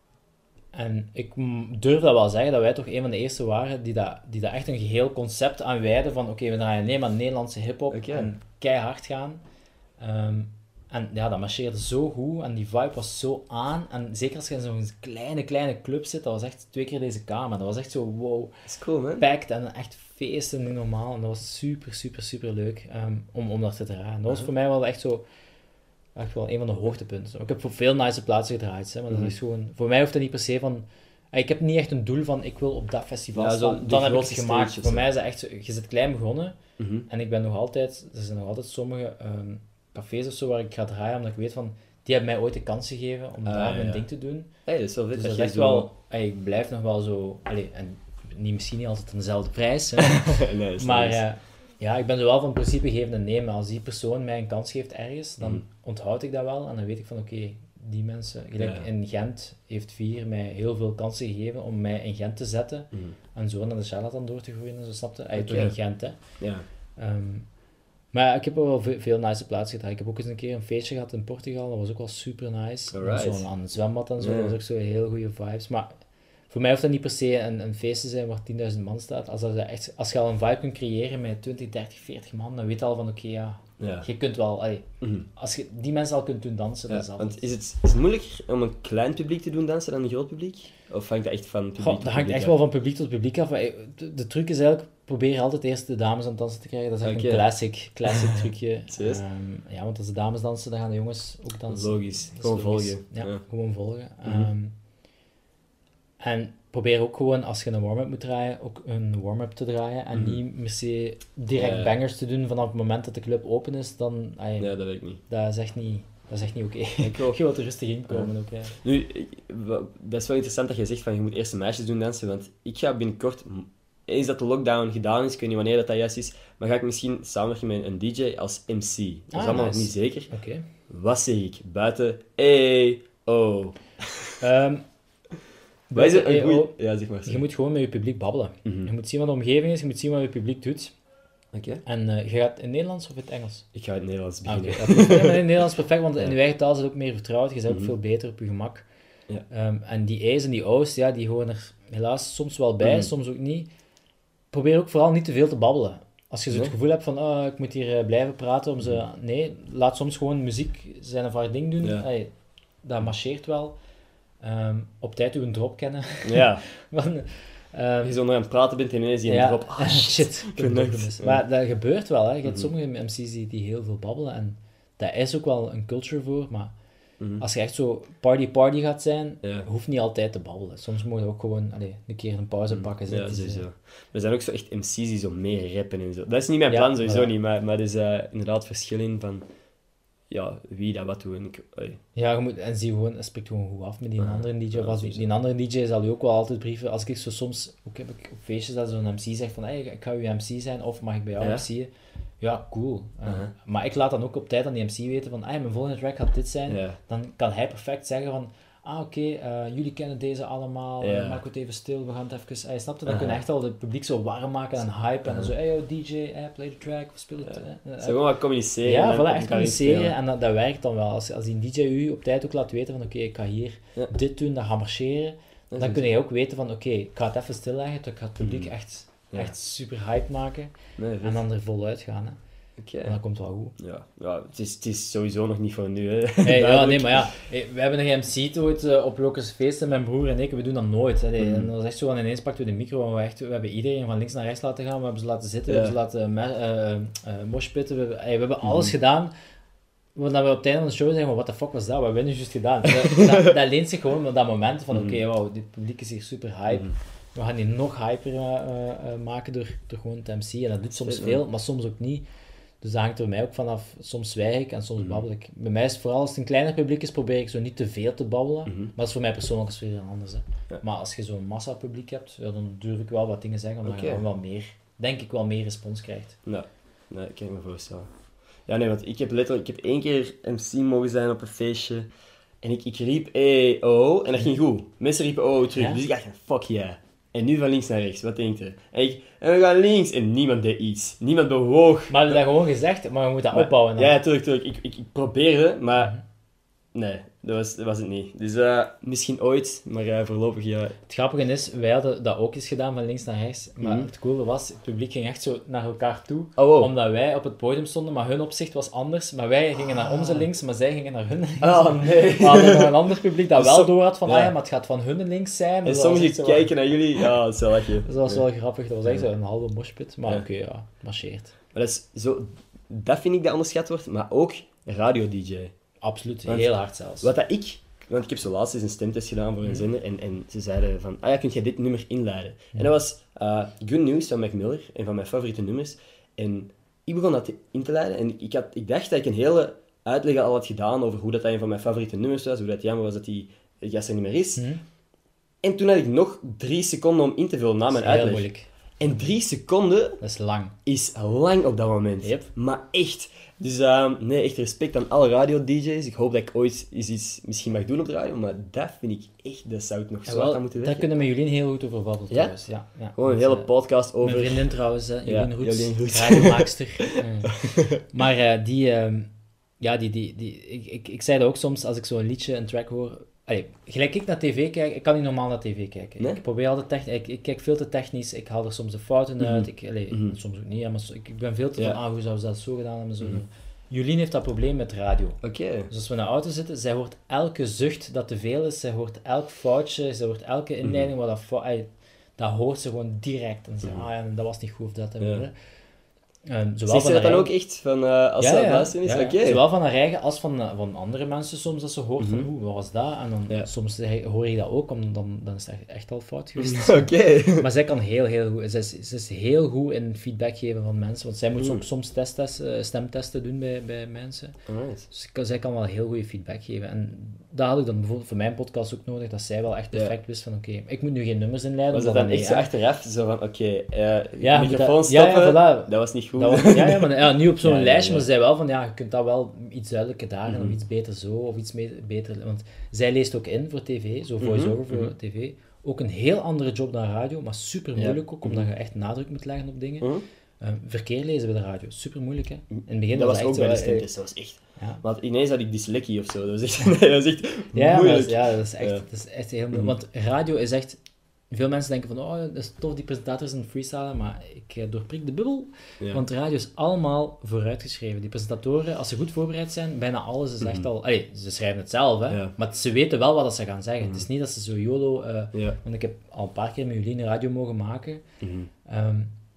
En ik durf dat wel zeggen, dat wij toch een van de eerste waren die dat, die dat echt een geheel concept aanwijden van oké, okay, we draaien alleen maar Nederlandse hip-hop okay. en keihard gaan. Um, en ja, dat marcheerde zo goed en die vibe was zo aan. En zeker als je in zo'n kleine, kleine club zit, dat was echt twee keer deze kamer. Dat was echt zo wow, dat is cool, man. Packed en echt feesten, niet normaal. En dat was super, super, super leuk um, om, om daar te draaien. Dat was uh-huh. voor mij wel echt zo... echt wel een van de hoogtepunten. Ik heb voor veel nice plaatsen gedraaid, hè, maar mm-hmm. dat is gewoon... Voor mij hoeft het niet per se van... Ik heb niet echt een doel van, ik wil op dat festival ja, staan. Dan heb ik het gemaakt. Voor mij is dat echt zo... Je zit klein begonnen, mm-hmm. en ik ben nog altijd... Er zijn nog altijd sommige um, cafés of zo waar ik ga draaien, omdat ik weet van... Die hebben mij ooit de kans gegeven om uh, daar mijn ja. ding te doen. Hey, dat is wel vet. Dus dat is echt zo... wel... Hey, ik blijf nog wel zo... Allee, en niet, misschien niet altijd aan dezelfde prijs, hè. nee, maar... Uh, ja, ik ben zo wel van principe geven en nemen. Als die persoon mij een kans geeft ergens, dan mm. onthoud ik dat wel. En dan weet ik van, oké, okay, die mensen... Gelijk ja. in Gent heeft Vier mij heel veel kansen gegeven om mij in Gent te zetten. Mm. En zo naar de charlatan door te groeien en zo, snapte. Hij okay. toch in Gent, hè. Ja. Um, maar ja, ik heb wel veel, veel nice plaatsen gedaan. Ik heb ook eens een keer een feestje gehad in Portugal. Dat was ook wel super nice. Zo aan het zwembad en zo. Yeah. Dat was ook zo heel goede vibes. Maar... Voor mij hoeft dat niet per se een, een feest te zijn waar tienduizend man staat. Als, dat echt, als je al een vibe kunt creëren met twintig, dertig, veertig man, dan weet je al van oké, okay, ja, ja, je kunt wel... Allee, mm-hmm. Als je die mensen al kunt doen dansen, ja, dat is altijd... Want is het, is het moeilijker om een klein publiek te doen dansen dan een groot publiek? Of hangt dat echt van publiek Goh, tot dat hangt publiek echt af? wel van publiek tot publiek af. De, de truc is eigenlijk, probeer altijd eerst de dames aan het dansen te krijgen. Dat is echt okay. een classic, classic trucje. um, ja, want als de dames dansen, dan gaan de jongens ook dansen. Logisch, gewoon logisch. volgen. Ja, ja, gewoon volgen. Mm-hmm. Um, en... Probeer ook gewoon, als je een warm-up moet draaien, ook een warm-up te draaien. En mm-hmm. niet per se direct ja, bangers te doen vanaf het moment dat de club open is. Dan, ay, ja, dat weet ik niet. Dat is echt niet, dat is echt niet oké. Okay. Je wilt er rustig in komen ja. ook. Ja. Nu, dat is wel interessant dat je zegt van je moet eerst de meisjes doen dansen. Want ik ga binnenkort, eens dat de lockdown gedaan is, ik weet niet wanneer dat, dat juist is, maar ga ik misschien samenwerken met een D J als M C. Dat is ah, allemaal nice. nog niet zeker. Okay. Wat zeg ik? Buiten, hey, oh. Um, Wat is het een goeie... Ja, zeg maar. Je moet gewoon met je publiek babbelen. Mm-hmm. Je moet zien wat de omgeving is, je moet zien wat je publiek doet. Okay. En uh, je gaat in het Nederlands of in het Engels? Ik ga in het Nederlands beginnen. Ah, okay. Ja, in het Nederlands perfect, want ja. in je eigen taal is het ook meer vertrouwd. Je bent mm-hmm. ook veel beter op je gemak. Ja. Um, en die E's en die O's, ja, die horen er helaas soms wel bij, mm-hmm. soms ook niet. Probeer ook vooral niet te veel te babbelen. Als je zo nee. het gevoel hebt van, oh, ik moet hier uh, blijven praten om ze... Mm-hmm. Nee, laat soms gewoon muziek zijn of haar ding doen. Ja. Hey, dat marcheert wel. Um, op tijd uw drop kennen. Ja. Want, um, je zo nog aan het praten bent en ineens die ja, drop. Ah, shit. shit. Maar dat gebeurt wel. Hè. Je hebt mm-hmm. sommige M C's die, die heel veel babbelen. En daar is ook wel een culture voor. Maar mm-hmm. als je echt zo party-party gaat zijn, ja. hoeft niet altijd te babbelen. Soms moet je ook gewoon allee, een keer een pauze mm-hmm. pakken. Ja, sowieso. Er zijn ook zo echt M C's die zo meer rappen en zo. Dat is niet mijn plan, ja, sowieso ja. niet. Maar, maar er is uh, inderdaad verschil in van... Ja, wie dat wat doen. Ja, je moet, en zie gewoon, spreekt gewoon goed af met die uh, andere D J. Ja, die, die andere D J zal je ook wel altijd brieven. Als ik zo soms, ook heb ik op feestjes dat zo'n M C zegt van, hey, ik ga uw M C zijn, of mag ik bij jou ja. M C'en? Ja, cool. Uh, uh-huh. Maar ik laat dan ook op tijd aan die M C weten van, hey, mijn volgende track gaat dit zijn. Ja. Dan kan hij perfect zeggen van, ah, oké, okay, uh, jullie kennen deze allemaal, ja. uh, maak het even stil, we gaan het even... Hij snapt het, dan uh-huh. kunnen echt al het publiek zo warm maken en hype, uh-huh. en dan zo, hey yo, D J, hey, play the track, speel het. Ja. Uh, uh, zo gewoon wat communiceren. Ja, voilà, echt communiceren, en dat, dat werkt dan wel. Als, als die D J u op tijd ook laat weten van, oké, okay, ik ga hier ja. dit doen, dat gaat marcheren, dat dan kun je ook weten van, oké, okay, ik ga het even stilleggen, ik ga het publiek mm. echt, ja. echt super hype maken, nee, en dan er voluit gaan, hè. Okay. En dat komt wel goed. Ja, ja het, is, het is sowieso nog niet voor nu. Hè. Hey, ja, nee, maar ja, hey, we hebben een M C'd ooit uh, op Locus feesten, mijn broer en ik, we doen dat nooit. Hè. Hey, mm. En dat is echt zo, van ineens pakten we de micro en we, echt, we hebben iedereen van links naar rechts laten gaan, we hebben ze laten zitten, ja. we hebben ze laten uh, uh, uh, moshpitten, we, hey, we hebben mm. alles gedaan. Dat we op het einde van de show zeggen, maar what the fuck was dat? Wat hebben we nu juist gedaan? dat, dat, dat leent zich gewoon met dat moment van, mm. oké, okay, wow, dit publiek is hier super hype. Mm. We gaan die nog hyper uh, uh, maken door, door gewoon te M C. En dat doet soms veel, maar soms ook niet. Dus dat hangt er bij mij ook vanaf. Soms zwijg ik en soms mm. babbel ik. Bij mij is het vooral als het een kleiner publiek is, probeer ik zo niet te veel te babbelen. Mm-hmm. Maar dat is voor mij persoonlijk weer een anders. Hè. Ja. Maar als je zo'n massapubliek hebt, ja, dan durf ik wel wat dingen zeggen, omdat okay. je dan wel meer, denk ik, wel meer respons krijgt. Nee, nee, ik kan me voorstellen. Ja, nee, want ik heb letterlijk... Ik heb één keer M C mogen zijn op een feestje. En ik, ik riep, hey, oh, en dat ging goed. Mensen riepen, oh, terug. Ja? Dus ik dacht, fuck yeah. En nu van links naar rechts, wat denk je? En ik, en we gaan links. En niemand deed iets. Niemand bewoog. Maar we hebben dat gewoon gezegd, maar we moeten dat Maar- opbouwen. Dan. Ja, tuurlijk, tuurlijk. Ik, ik, ik probeerde, maar... Nee, dat was, dat was het niet. Dus uh, misschien ooit, maar uh, voorlopig ja. Het grappige is, wij hadden dat ook eens gedaan van links naar rechts. Maar Mhm. het coole was, het publiek ging echt zo naar elkaar toe. Oh, wow. Omdat wij op het podium stonden, maar hun opzicht was anders. Maar wij gingen naar onze links, maar zij gingen naar hun links. Oh, nee. We hadden nog een ander publiek dat Dus wel som- door had van, ja. ah ja, maar het gaat van hun links zijn. En Dus dat was echt sommigen zo- kijken naar jullie. Ja, dat is wel lachen. Dat was Ja. wel grappig, dat was echt zo een halve moshpit. Maar Ja. oké, ja, het marcheert. Maar dat is zo... Dat vind ik dat onderschat wordt, maar ook radio-D J. Absoluut, Want- heel hard zelfs. Wat dat ik... Want ik heb zo laatst eens een stemtest gedaan voor een zender en, en ze zeiden van, ah ja, kun jij dit nummer inleiden? En dat was uh, Good News van Mac Miller, een van mijn favoriete nummers. En ik begon dat in te leiden en ik, had, ik dacht dat ik een hele uitleg al had gedaan over hoe dat een van mijn favoriete nummers was, hoe dat jammer was dat die gast er niet meer is. Hm? En toen had ik nog drie seconden om in te vullen na Dat mijn is heel uitleg. moeilijk. En drie seconden Dat is lang. is lang op dat moment. Yep. Maar echt. Dus uh, nee, echt respect aan alle radio-D J's. Ik hoop dat ik ooit eens iets misschien mag doen op de radio, maar dat vind ik echt, dat zou ik nog Ja, zo wel, hard aan moeten daar werken. kunnen we met Jolien heel goed over babbelen Ja? trouwens. Ja, ja. Gewoon een Want, hele eh, podcast over... Mijn vriendin trouwens, hè, Jolien Ja, Roets, Jolien Roets. radiomaakster. Eh, maar eh, die, ehm, ja, die, die, die, ik, ik, ik zei dat ook soms als ik zo'n liedje, een track hoor. Allee, gelijk ik naar tv kijk, ik kan niet normaal naar tv kijken. Nee? Ik probeer altijd technisch, ik, ik kijk veel te technisch, ik haal er soms de fouten uit. Ik, allee, Mhm. soms ook niet, hè, maar so- ik, ik ben veel te Ja. van, ah, hoe zou ze dat zo gedaan hebben? Zo. Mhm. Jolien heeft dat probleem met radio. Oké. Dus als we in de auto zitten, zij hoort elke zucht dat te veel is, zij hoort elk foutje, zij hoort elke Mhm. inleiding waar dat fout... ey, dat hoort ze gewoon direct. En ze zegt, ah ja, dat was niet goed of dat. En Ja. weer, hè. Um, zowel Zegt ze van dat dan haar ook echt, van, uh, als ja, ze aan ja, het luisteren is? ja, ja. Oké. Zowel van haar eigen als van, uh, van andere mensen soms, dat ze hoort van, Mhm. oeh, wat was dat? En dan Ja. soms zeg- hoor je dat ook, om, dan, dan is het echt, echt al fout geweest. Oké. Maar zij kan heel, heel goed. Ze is, ze is heel goed in feedback geven van mensen. Want zij moet Mm. soms, soms testtesten, stemtesten doen bij, bij mensen. Alright. Dus ik kan- zij kan wel heel goede feedback geven. En dat had ik dan bijvoorbeeld voor mijn podcast ook nodig, dat zij wel echt Ja. perfect wist van, oké, ik moet nu geen nummers inleiden. Was dat omdat dan echt zo nee, achteraf? Zo van, oké, eh Ja, microfoon dat- ja, ja, stoppen, voilà. dat was niet goed. Dat was- ja, ja, maar ja, nu op zo'n Ja, ja, lijstje, ja. maar ze zei wel van, ja, je kunt dat wel iets duidelijker dagen, Mhm. of iets beter zo, of iets me- beter... Want zij leest ook in voor tv, zo voice-over voor mhm. tv. Ook een heel andere job dan radio, maar super moeilijk ook, omdat Mhm. je echt nadruk moet leggen op dingen. Hm? Eh, verkeer lezen bij de radio, super moeilijk, hè. In het begin Dat was echt ook zo, bij de eh, stemtest, dat was echt... Ja. Want ineens had ik dyslexie of zo, dat was echt, dat was echt Ja, maar dat moeilijk. is, ja, dat is echt, Ja. dat is echt heel moeilijk. Mhm. Want radio is echt... Veel mensen denken van, oh, dat is tof, die presentators en freestylen, maar ik eh, doorprik de bubbel. Ja. Want radio is allemaal vooruitgeschreven. Die presentatoren, als ze goed voorbereid zijn, bijna alles is echt Mhm. al... Allee, ze schrijven het zelf, hè. Ja. Maar ze weten wel wat dat ze gaan zeggen. Mhm. Het is niet dat ze zo YOLO... eh, Ja. Want ik heb al een paar keer met Jolien radio mogen maken. Mhm. Ehm,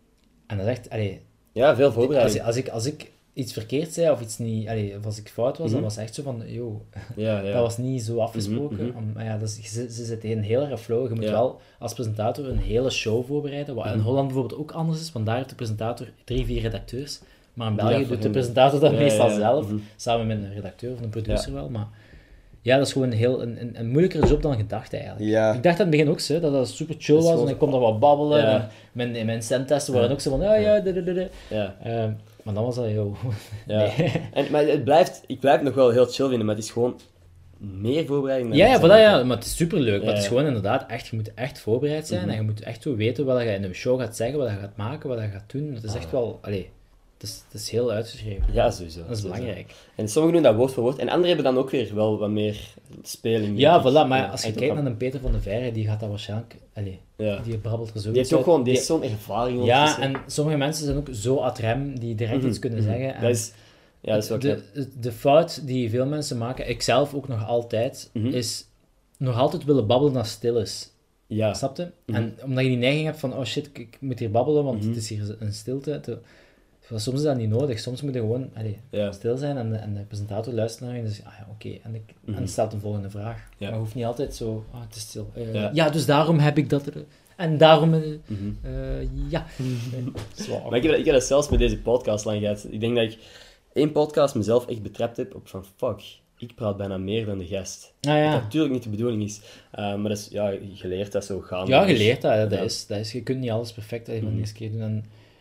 en dat is echt... Allee, Ja, veel als, voorbereiding. als, ik, als ik iets verkeerd zei, of iets niet... Allee, of als ik fout was, dan Mhm. was het echt zo van... Yo, Ja, ja. dat was niet zo afgesproken. Mhm, mhm. Om- maar ja, dat is, ze, ze zitten in een heel erg flow. Je moet Ja. wel als presentator een hele show voorbereiden. Wat in Mhm. Holland bijvoorbeeld ook anders is, want daar heeft de presentator drie, vier redacteurs. Maar in Ja, België voor doet de hen. presentator dat Ja, meestal ja, zelf, mhm. samen met een redacteur of een producer wel. Maar ja, dat is gewoon een, heel, een, een, een moeilijkere job dan gedacht eigenlijk. Ja. Ik dacht aan het begin ook zo, dat dat super chill Dat is was, gewoon en ik kon er wat babbelen. Ja. En mijn, in mijn stemtesten waren ook zo van, ja, ja, da, da, da, da. Ja. Ehm, maar dan was dat, joh. Ja. Nee. En, maar het blijft, ik blijf het nog wel heel chill vinden, maar het is gewoon meer voorbereiding dan Ja, ja, iets voilà, anders. ja, maar het is superleuk. Ja, Maar het is ja. gewoon inderdaad echt, je moet echt voorbereid zijn Mhm. en je moet echt zo weten wat je in de show gaat zeggen, wat je gaat maken, wat je gaat doen. Het is echt wel, allee, het is, het is heel uitgeschreven. Ja, sowieso. Dat is sowieso. belangrijk. En sommigen doen dat woord voor woord, en anderen hebben dan ook weer wel wat meer speling. Ja, denk ik. voilà, maar als je hangt kijkt ook naar een Peter van der Veire, die gaat dat waarschijnlijk, allee, af. Ja. die brabbelt er zo Die heeft iets ook uit. gewoon, die Die- heeft zo'n ervaring. Ja, ondertussen. en sommige mensen zijn ook zo ad rem, die direct Mhm, iets kunnen mhm. zeggen. En Dat is, ja, dat is wel knap. de, de fout die veel mensen maken, ik zelf ook nog altijd, Mhm. is nog altijd willen babbelen als het stil is. Ja. Snap je? Mhm. En omdat je die neiging hebt van, oh shit, ik, ik moet hier babbelen, want Mhm. het is hier een stilte. Te- Soms is dat niet nodig. Soms moet je gewoon allee, Ja. stil zijn en de, en de presentator luistert naar je en zegt, ah ja, oké. En, ik- Mhm. en stelt een volgende vraag. Ja. Maar hoeft niet altijd zo, ah, het is stil. Eh, Ja. ja. dus daarom heb ik dat er. En daarom, eh, Mhm. eh, ja. Zwaar. Maar ik heb, dat- ik heb dat zelfs met deze podcast lang gehad. Ik denk dat ik één podcast mezelf echt betrapt heb op van, fuck, ik praat bijna meer dan de gast. Ah, ja. Wat natuurlijk niet de bedoeling is. Uh, maar dat is, ja, je leert dat zo gaan. Ja, je leert dat. hè. Dat, Ja. is, dat is, je kunt niet alles perfect allee, van de Mhm. eerste keer doen. En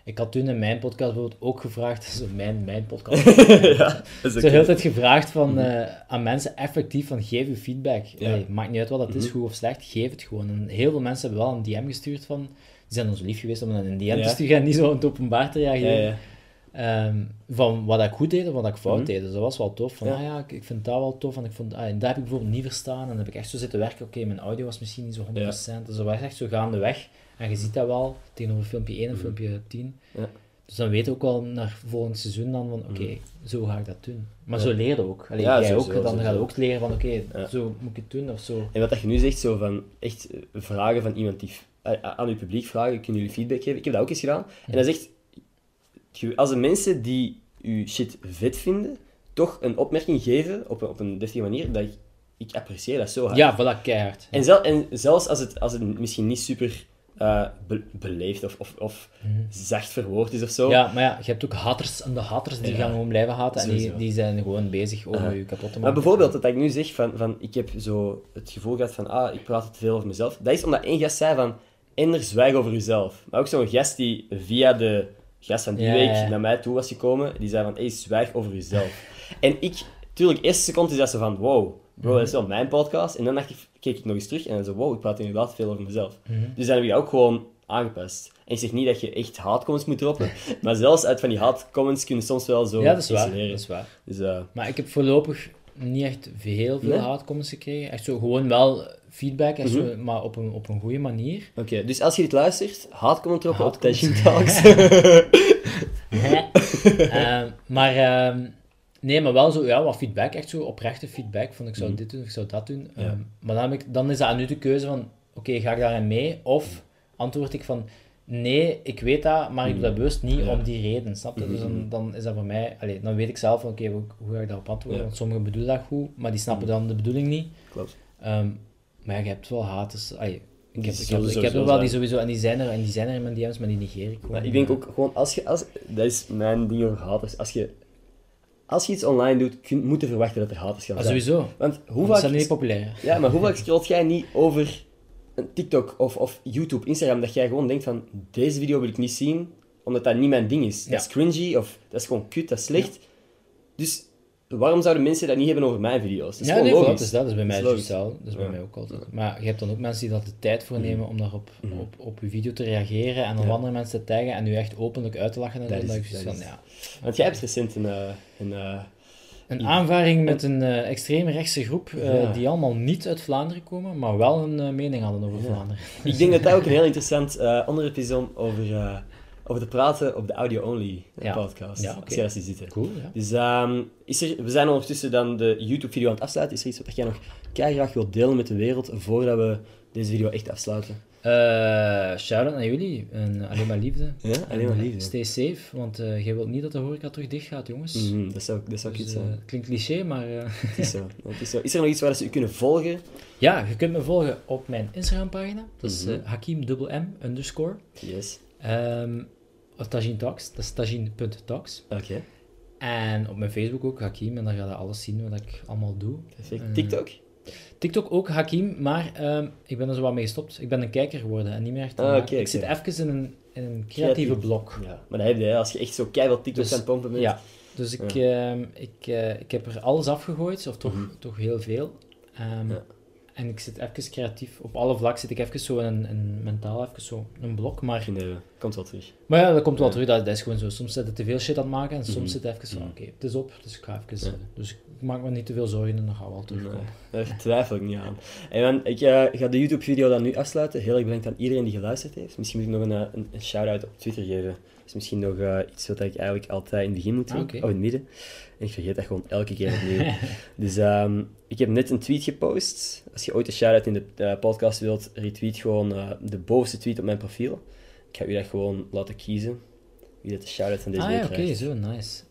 Ik had toen in mijn podcast bijvoorbeeld ook gevraagd, zo mijn, mijn podcast, ja, dat is zo okay. heel tijd gevraagd van, uh, aan mensen effectief van geef je feedback. Ja. Allee, maakt niet uit wat dat is, Mm-hmm. goed of slecht, geef het gewoon. En heel veel mensen hebben wel een D M gestuurd van, die zijn dan zo lief geweest om een D M ja. te sturen en niet zo in het openbaar te reageren. Ja, ja. Um, van wat ik goed deed en wat ik fout Mm-hmm. deed. Dus dat was wel tof. Van, Ja. ah ja, ik, ik vind dat wel tof. En ik vond, ah, en dat heb ik bijvoorbeeld niet verstaan. En dan heb ik echt zo zitten werken. Oké, okay, mijn audio was misschien niet zo honderd procent. Ja. Dus dat was echt zo gaandeweg. En je ziet dat wel tegenover filmpje één en Mm-hmm. filmpje tien. Ja. Dus dan weet je ook wel naar volgend seizoen dan van, oké, okay, mm-hmm. zo ga ik dat doen. Maar ja. zo leer je ook. Allee, ja, jij sowieso, ook. Dan sowieso. ga je ook leren van, oké, okay, ja. zo moet ik het doen of zo. En wat dat je nu zegt, zo van echt vragen van iemand die aan je publiek vragen, kunnen jullie feedback geven? Ik heb dat ook eens gedaan. En dat is echt, als de mensen die je shit vet vinden, toch een opmerking geven op een, op een deftige manier, dat ik, ik apprecieer dat zo hard. Ja, voilà, keihard. En, zel, en zelfs als het, als het misschien niet super uh, be, beleefd of, of, of mm. zacht verwoord is of zo. Ja, maar ja, je hebt ook haters en de haters die ja. gaan gewoon blijven haten en die, die zijn gewoon bezig om uh, je kapot te maken. Maar bijvoorbeeld, dat ik nu zeg van, van ik heb zo het gevoel gehad van ah, ik praat te veel over mezelf. Dat is omdat één gast zei van Ender, zwijg over jezelf. Maar ook zo'n gast die via de gast van die ja, week ja. naar mij toe was gekomen, die zei van hey, zwijg over jezelf. En ik, tuurlijk, eerste seconde is dat zo van wow, bro, dat is wel mijn podcast. En dan dacht ik, keek ik nog eens terug en dan zo wow, ik praat inderdaad veel over mezelf. Mm-hmm. Dus dan heb ik dat ook gewoon aangepast. En ik zeg niet dat je echt haatcomments moet droppen, maar zelfs uit van die haatcomments kunnen soms wel zo ja, dat is waar. isoleren. Dat is waar. Dus, uh... maar ik heb voorlopig niet echt heel veel nee? haatcomments gekregen. Echt zo gewoon wel feedback, en mm-hmm. zo, maar op een, op een goede manier. Oké, okay, dus als je dit luistert, haatcomment droppen op Tashing Talks. uh, maar uh, nee, maar wel zo, ja, wat feedback, echt zo oprechte feedback, van ik zou mm. dit doen, of ik zou dat doen. Ja. Um, maar dan, heb ik, dan is dat aan u de keuze van, oké, okay, ga ik daarin mee? Of antwoord ik van, nee, ik weet dat, maar ik doe dat bewust niet ja. om die reden, snap je? Mm-hmm. Dus dan, dan is dat voor mij, allez, dan weet ik zelf van, oké, okay, hoe, hoe ga ik daarop antwoorden? Ja. Want sommigen bedoelen dat goed, maar die snappen mm. dan de bedoeling niet. Klopt. Um, maar ja, je hebt wel haters. Allee, ik heb, ik heb, ik heb er wel die sowieso, en die zijn er, en die zijn er in mijn D M's, maar die negeer ik gewoon. Maar ik denk ook gewoon, als je, als, dat is mijn ding over haters, als je, als je iets online doet, kun, moet je verwachten dat er haters gaan ah, zijn. Sowieso. Want hoe Want vaak... zijn niet populair. Ja, maar hoe vaak scrolt jij niet over een TikTok of, of YouTube, Instagram, dat jij gewoon denkt van, deze video wil ik niet zien, omdat dat niet mijn ding is. Ja. Dat is cringy, of dat is gewoon kut, dat is slecht. Ja. Dus waarom zouden mensen dat niet hebben over mijn video's? Dat is ja, gewoon nee, logisch. Dat is, dat. dat is bij mij dat is dat. Dat is bij ja. mij ook altijd. Ja. Maar je hebt dan ook mensen die er de tijd voor nemen om daarop mm. op, op je video te reageren en dan ja. andere mensen te taggen en u echt openlijk uit te lachen. En dat dan is, ik dat van, is. ja. Want jij hebt recent een... Uh, een uh, Een aanvaring met een uh, extreem rechtse groep uh, ja. die allemaal niet uit Vlaanderen komen, maar wel een uh, mening hadden over ja. Vlaanderen. Ik denk dat dat ook een heel interessant uh, onderwerp is om over, uh, over te praten op de audio-only ja. podcast. Ja, okay. Als jij dat ziet zitten. Cool, ja. Dus um, is er, we zijn ondertussen dan de YouTube-video aan het afsluiten. Is er iets wat jij nog graag wilt delen met de wereld voordat we deze video echt afsluiten? Uh, shout-out naar jullie. En alleen maar liefde. Ja, alleen maar liefde. Stay safe, want uh, jij wilt niet dat de horeca terug dicht gaat, jongens. Mm-hmm, dat zou, dat zou dus, iets zijn. Uh, klinkt cliché, maar... Uh... het is zo. Het is zo. Is er nog iets waar ze u kunnen volgen? Ja, je kunt me volgen op mijn Instagram-pagina. Dat is mm-hmm. uh, Hakim M underscore. Yes. Um, Tagine Talks, dat is tagine punt talks. Oké. Okay. En op mijn Facebook ook Hakim, en daar ga je alles zien wat ik allemaal doe. Perfect. Uh, TikTok? TikTok ook, Hakim, maar um, ik ben er zo wat mee gestopt. Ik ben een kijker geworden en niet meer echt een... Ah, okay, ik okay. zit even in een, in een creatieve Creatief. blok. Ja, maar dat heb je, als je echt zo keihard TikTok dus, aan het pompen bent. Ja, dus ik, ja. Uh, ik, uh, ik heb er alles afgegooid, of toch, mm-hmm. toch heel veel. Um, ja. En ik zit even creatief, op alle vlakken zit ik even zo in een, in mentaal even zo een blok, maar... Nee, komt wel terug. Maar ja, dat komt wel ja. terug, dat, dat is gewoon zo. Soms zit je te veel shit aan het maken en soms mm-hmm. zit je even van, mm-hmm. oké, okay, het is op, dus ik ga even... Ja. Dus ik maak me niet te veel zorgen en dan gaan we wel terugkomen. Nee, daar twijfel ik niet aan. En man, ik uh, ga de YouTube-video dan nu afsluiten. Heel erg bedankt aan iedereen die geluisterd heeft. Misschien moet ik nog een, een, een shout-out op Twitter geven. Dat is misschien nog uh, iets wat ik eigenlijk altijd in het begin moet doen, ah, okay. of in het midden. En ik vergeet dat gewoon elke keer opnieuw. Dus um, ik heb net een tweet gepost. Als je ooit een shout-out in de uh, podcast wilt, retweet gewoon uh, de bovenste tweet op mijn profiel. Ik ga u dat gewoon laten kiezen. Wie dat de shout-out van deze ah, week ja, krijgt. Oké, okay, zo, nice.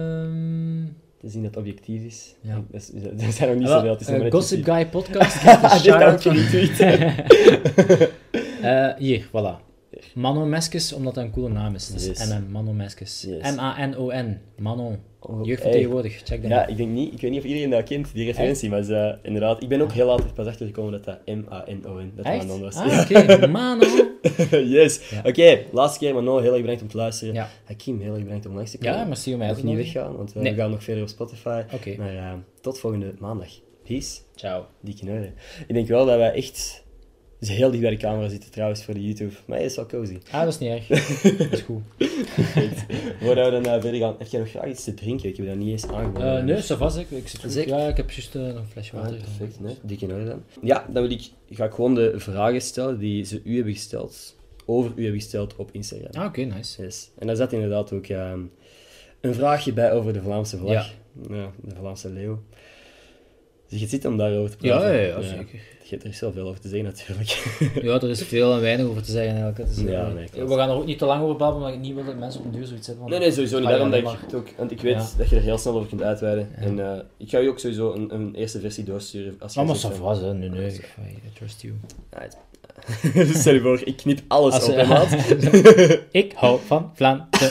Um... Te zien dat het objectief is. Ja. Er zijn nog niet zoveel. Het is uh, nog Gossip Guy podcast. Dit ook retweet. uh, hier, voilà. Manon-meskes, omdat dat een coole naam is. Dat is Yes. M M, Manon-meskes. Yes. M A N O N, Manon. Oh, Jeugd hey. van tegenwoordig, check dat. Ja, ik denk niet, ik weet niet of iedereen dat kent, die referentie, maar uh, inderdaad, ik ben ook heel later pas achtergekomen dat dat M A N O N, dat dat Echt? Manon was. Ah, oké, okay. Manon. Yes. Ja. Oké, okay, laatste keer, Manon, heel erg bedankt om te luisteren. Ja. Hakim, heel erg bedankt om langs te komen. Ja, merci om mij Nog te niet nodigen. weggaan, want uh, Nee. we gaan nog verder op Spotify. Oké. Maar uh, tot volgende maandag. Peace. Ciao. Dikke noorden. Ik denk wel dat wij echt... Dus heel dicht bij de camera zitten trouwens voor de YouTube. Maar het is wel cozy. Ah, dat is niet erg. Dat is goed. Perfect. Voordat we dan uh, verder gaan, heb jij nog graag iets te drinken? Ik heb dat niet eens aangeboden. Uh, nee, ça va, ik, ik zit goed. Zeker? Ja, ik heb juist uh, nog een flesje Ah, water. perfect, nee. Dikke noorden dan. Ja, dan wil ik, ga ik gewoon de vragen stellen die ze u hebben gesteld, over u hebben gesteld op Instagram. Ah, oké, okay, nice. Yes. En daar zat inderdaad ook um, een vraagje bij over de Vlaamse vlag. Ja. Ja, de Vlaamse leeuw. Dus je zit om daarover te Ja, praten. ja, ja, zeker. Je hebt er zelf veel over te zeggen natuurlijk. Ja, er is veel en weinig over te zeggen eigenlijk. Het is, Ja, uh, nee, klopt. we gaan er ook niet te lang over babbelen, omdat ik niet wil dat mensen op een duur zoiets hebben. want- Nee, nee, sowieso niet. Ah, ja, Daarom nee, dat ik maar- het ook... Want ik weet Ja. dat je er heel snel over kunt uitweiden. Ja. En uh, ik ga je ook sowieso een, een eerste versie doorsturen. Als je Ah, maar zegt ça van- va, hè. nee, nee, ik, I trust you. Ja, het- Stel je voor, ik knip alles Als, op, hè, eh, maat. Ik hou van Vlaanderen.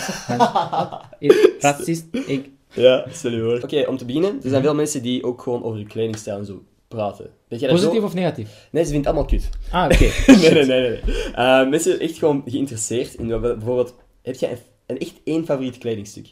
Ik racist, ik... Ja, stel je voor. Oké, om te beginnen, er zijn veel mensen die ook gewoon over je kledingstijl en zo praten. Ben jij daar Positief zo... of negatief? Nee, ze vindt het allemaal kut. Ah, oké. nee, nee, nee. nee. Uh, mensen zijn echt gewoon geïnteresseerd in bijvoorbeeld... Heb jij een, een echt één favoriet kledingstuk?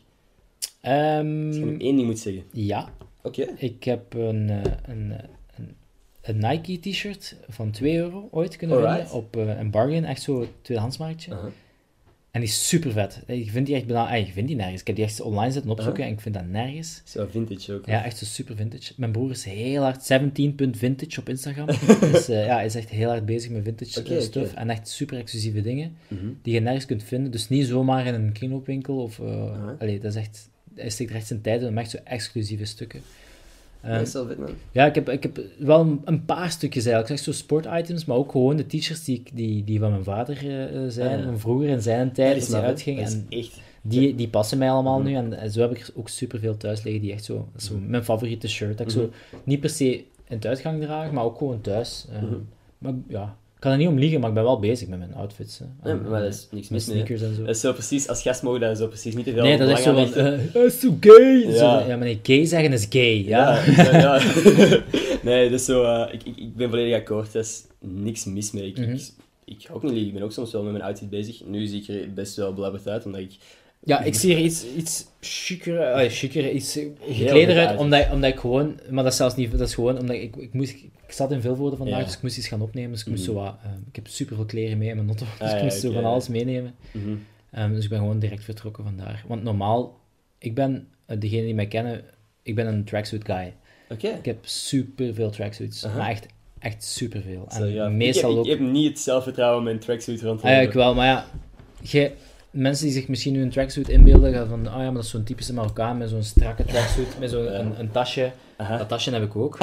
Ehm, Als je nu één ding moet zeggen. ja, Oké. ik heb een, eh, een, eh, een, een Nike t-shirt van twee euro ooit kunnen Alright. vinden op uh, een bargain, echt zo'n tweedehandsmarktje. Uh-huh. En die is super vet. Ik vind die echt bijna... ah, ik vind die nergens. Ik heb die echt online zitten opzoeken Uh-huh. en ik vind dat nergens. Zo vintage ook. Ja, echt zo super vintage. Mijn broer is heel hard zeventien punt vintage op Instagram. Dus uh, ja, hij is echt heel hard bezig met vintage Oké, uh, stuff. oké. En echt super exclusieve dingen Mhm. die je nergens kunt vinden. Dus niet zomaar in een kringloopwinkel of... Uh, Uh-huh. allee, dat is echt... Hij steekt er echt zijn tijd in om echt zo exclusieve stukken. Ja, Um, is wel vet, man. ja, ik heb, ik heb wel een, een paar stukjes eigenlijk. Echt zo sportitems, maar ook gewoon de t-shirts die, ik- die, die van mijn vader uh, zijn, Ah, ja. van vroeger in zijn Ja, tijd, die als snap hij ik. uitging. Dat is En echt... die, die passen mij allemaal Mhm. nu. En, en zo heb ik er ook superveel thuis liggen die echt zo... Dat is zo mijn favoriete shirt. Dat ik Mhm. zo niet per se in het uitgang draag, maar ook gewoon thuis. Um, Mhm. Maar ja, ik kan er niet om liegen, maar ik ben wel bezig met mijn outfits. Hè. Nee, En, maar uh, dat is niks met mis mee. sneakers en zo. Dat is zo precies, als gast mogen dat zo precies niet te veel Nee, dat is echt zo belang van... aan hechten. Uh, uh, so gay! Ja. Zo, ja, maar nee, gay zeggen is gay, ja. Ja, ja, ja. Nee, dat is zo... uh, ik, ik, ik ben volledig akkoord. Er is niks mis mee. Ik, Mhm. ik, ik ga ook niet liegen. Ik ben ook soms wel met mijn outfit bezig. Nu zie ik er best wel belabberd uit, omdat ik... Ja, ik zie er iets, iets chiquer, uh, chiquer, iets uh, Heel gekleder goed uit, omdat, omdat ik gewoon, maar dat is zelfs niet, dat is gewoon omdat ik, ik moest, ik zat in Vilvoorde vandaag, Ja. dus ik moest iets gaan opnemen, dus ik moest Mhm. zo wat, uh, ik heb superveel kleren mee in mijn auto, dus Ah, ik ja, moest zo oké, van ja. alles meenemen. Mhm. Um, dus ik ben gewoon direct vertrokken vandaar. Want normaal, ik ben, uh, degenen die mij kennen, ik ben een tracksuit guy. Oké. Ik heb superveel tracksuits, Aha. maar echt, echt superveel. Zo, En ja. meestal ik, heb, ook... ik heb niet het zelfvertrouwen om mijn tracksuit rond te Ah, ja, lopen. ik wel, maar ja, jij- mensen die zich misschien nu een tracksuit inbeelden, gaan van, oh ja, maar dat is zo'n typische Marokkaan met zo'n strakke tracksuit, met zo'n Ja. een, een tasje. Aha. Dat tasje heb ik ook.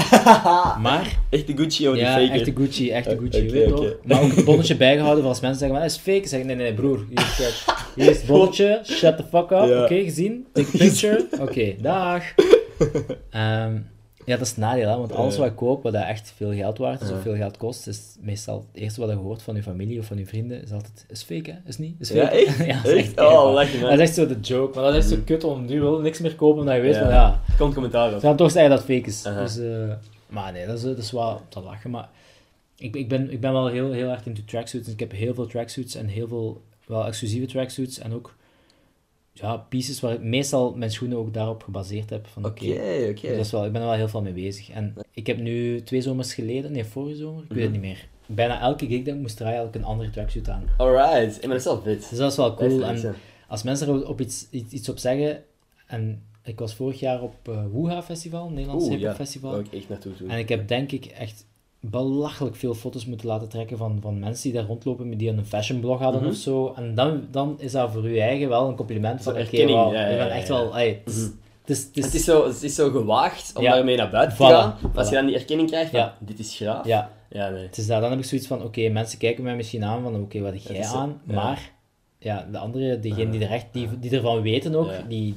Maar, Echte Gucci of die ja, fake? echte Gucci, echte Oh, Gucci, oké, weet je oké. wel. Maar ook het bonnetje bijgehouden voor als mensen zeggen, maar dat is fake. Zeg ik, nee, nee, nee, broer, hier is het, hier is het bonnetje, shut the fuck up, Ja. oké, gezien? Take a picture, oké, dag. Ehm, ja, dat is het nadeel, hè, want alles Ja. wat ik koop, wat dat echt veel geld waard is, Ja. of veel geld kost, is meestal het eerste wat je hoort van je familie of van je vrienden, is altijd, is fake, hè? Is niet? Is Ja, fake. echt? ja, dat is Echt? echt Oh, erg, lekker, man. man. Dat is echt zo de joke, maar dat is zo kut, om nu wil niks meer kopen omdat je weet Ja. van, ja, Komt commentaar op. ze gaan toch zeggen dat het fake is. Aha. Dus, eh, maar nee, dat is, dat is wel te lachen. Maar ik, ik, ben, ik ben wel heel, heel erg into tracksuits. En ik heb heel veel tracksuits en heel veel wel exclusieve tracksuits. En ook ja, pieces waar ik meestal mijn schoenen ook daarop gebaseerd heb. Van, Oké, oké, oké. dus dat is wel, ik ben er wel heel veel mee bezig. En ik heb nu twee zomers geleden, nee, vorige zomer, ik weet het Mhm. niet meer. Bijna elke gig dat ik moest draaien, had ik een andere tracksuit aan. Alright. En maar dat is wel vet. Dus dat is wel Dat is cool. nice, En hè. als mensen er op iets, iets, iets op zeggen, en ik was vorig jaar op uh, Woeha Festival, een Nederlands Oeh, hip-hop ja. festival. Daar wil ik echt naartoe toe. En ik heb denk ik echt belachelijk veel foto's moeten laten trekken van, van mensen die daar rondlopen, met die een fashionblog hadden Mhm. of zo. En dan, dan is dat voor je eigen wel een compliment van, Zo oké, erkenning, wauw, ja, ja, je bent ja, echt ja. wel... Ey, het, is, Mhm. het, is, het is- Het is zo, het is zo gewaagd om Ja. daarmee naar buiten te Voilà, gaan. Maar als voilà. je dan die erkenning krijgt van, Ja. dit is graaf. ja, Ja, nee. het is dat. Dan heb ik zoiets van, oké, mensen kijken mij misschien aan van, oké, wat heb Dat jij is zo, aan? ja. Maar ja, de anderen, diegenen die, Ja. er echt, die, die ervan weten ook, Ja. die, die,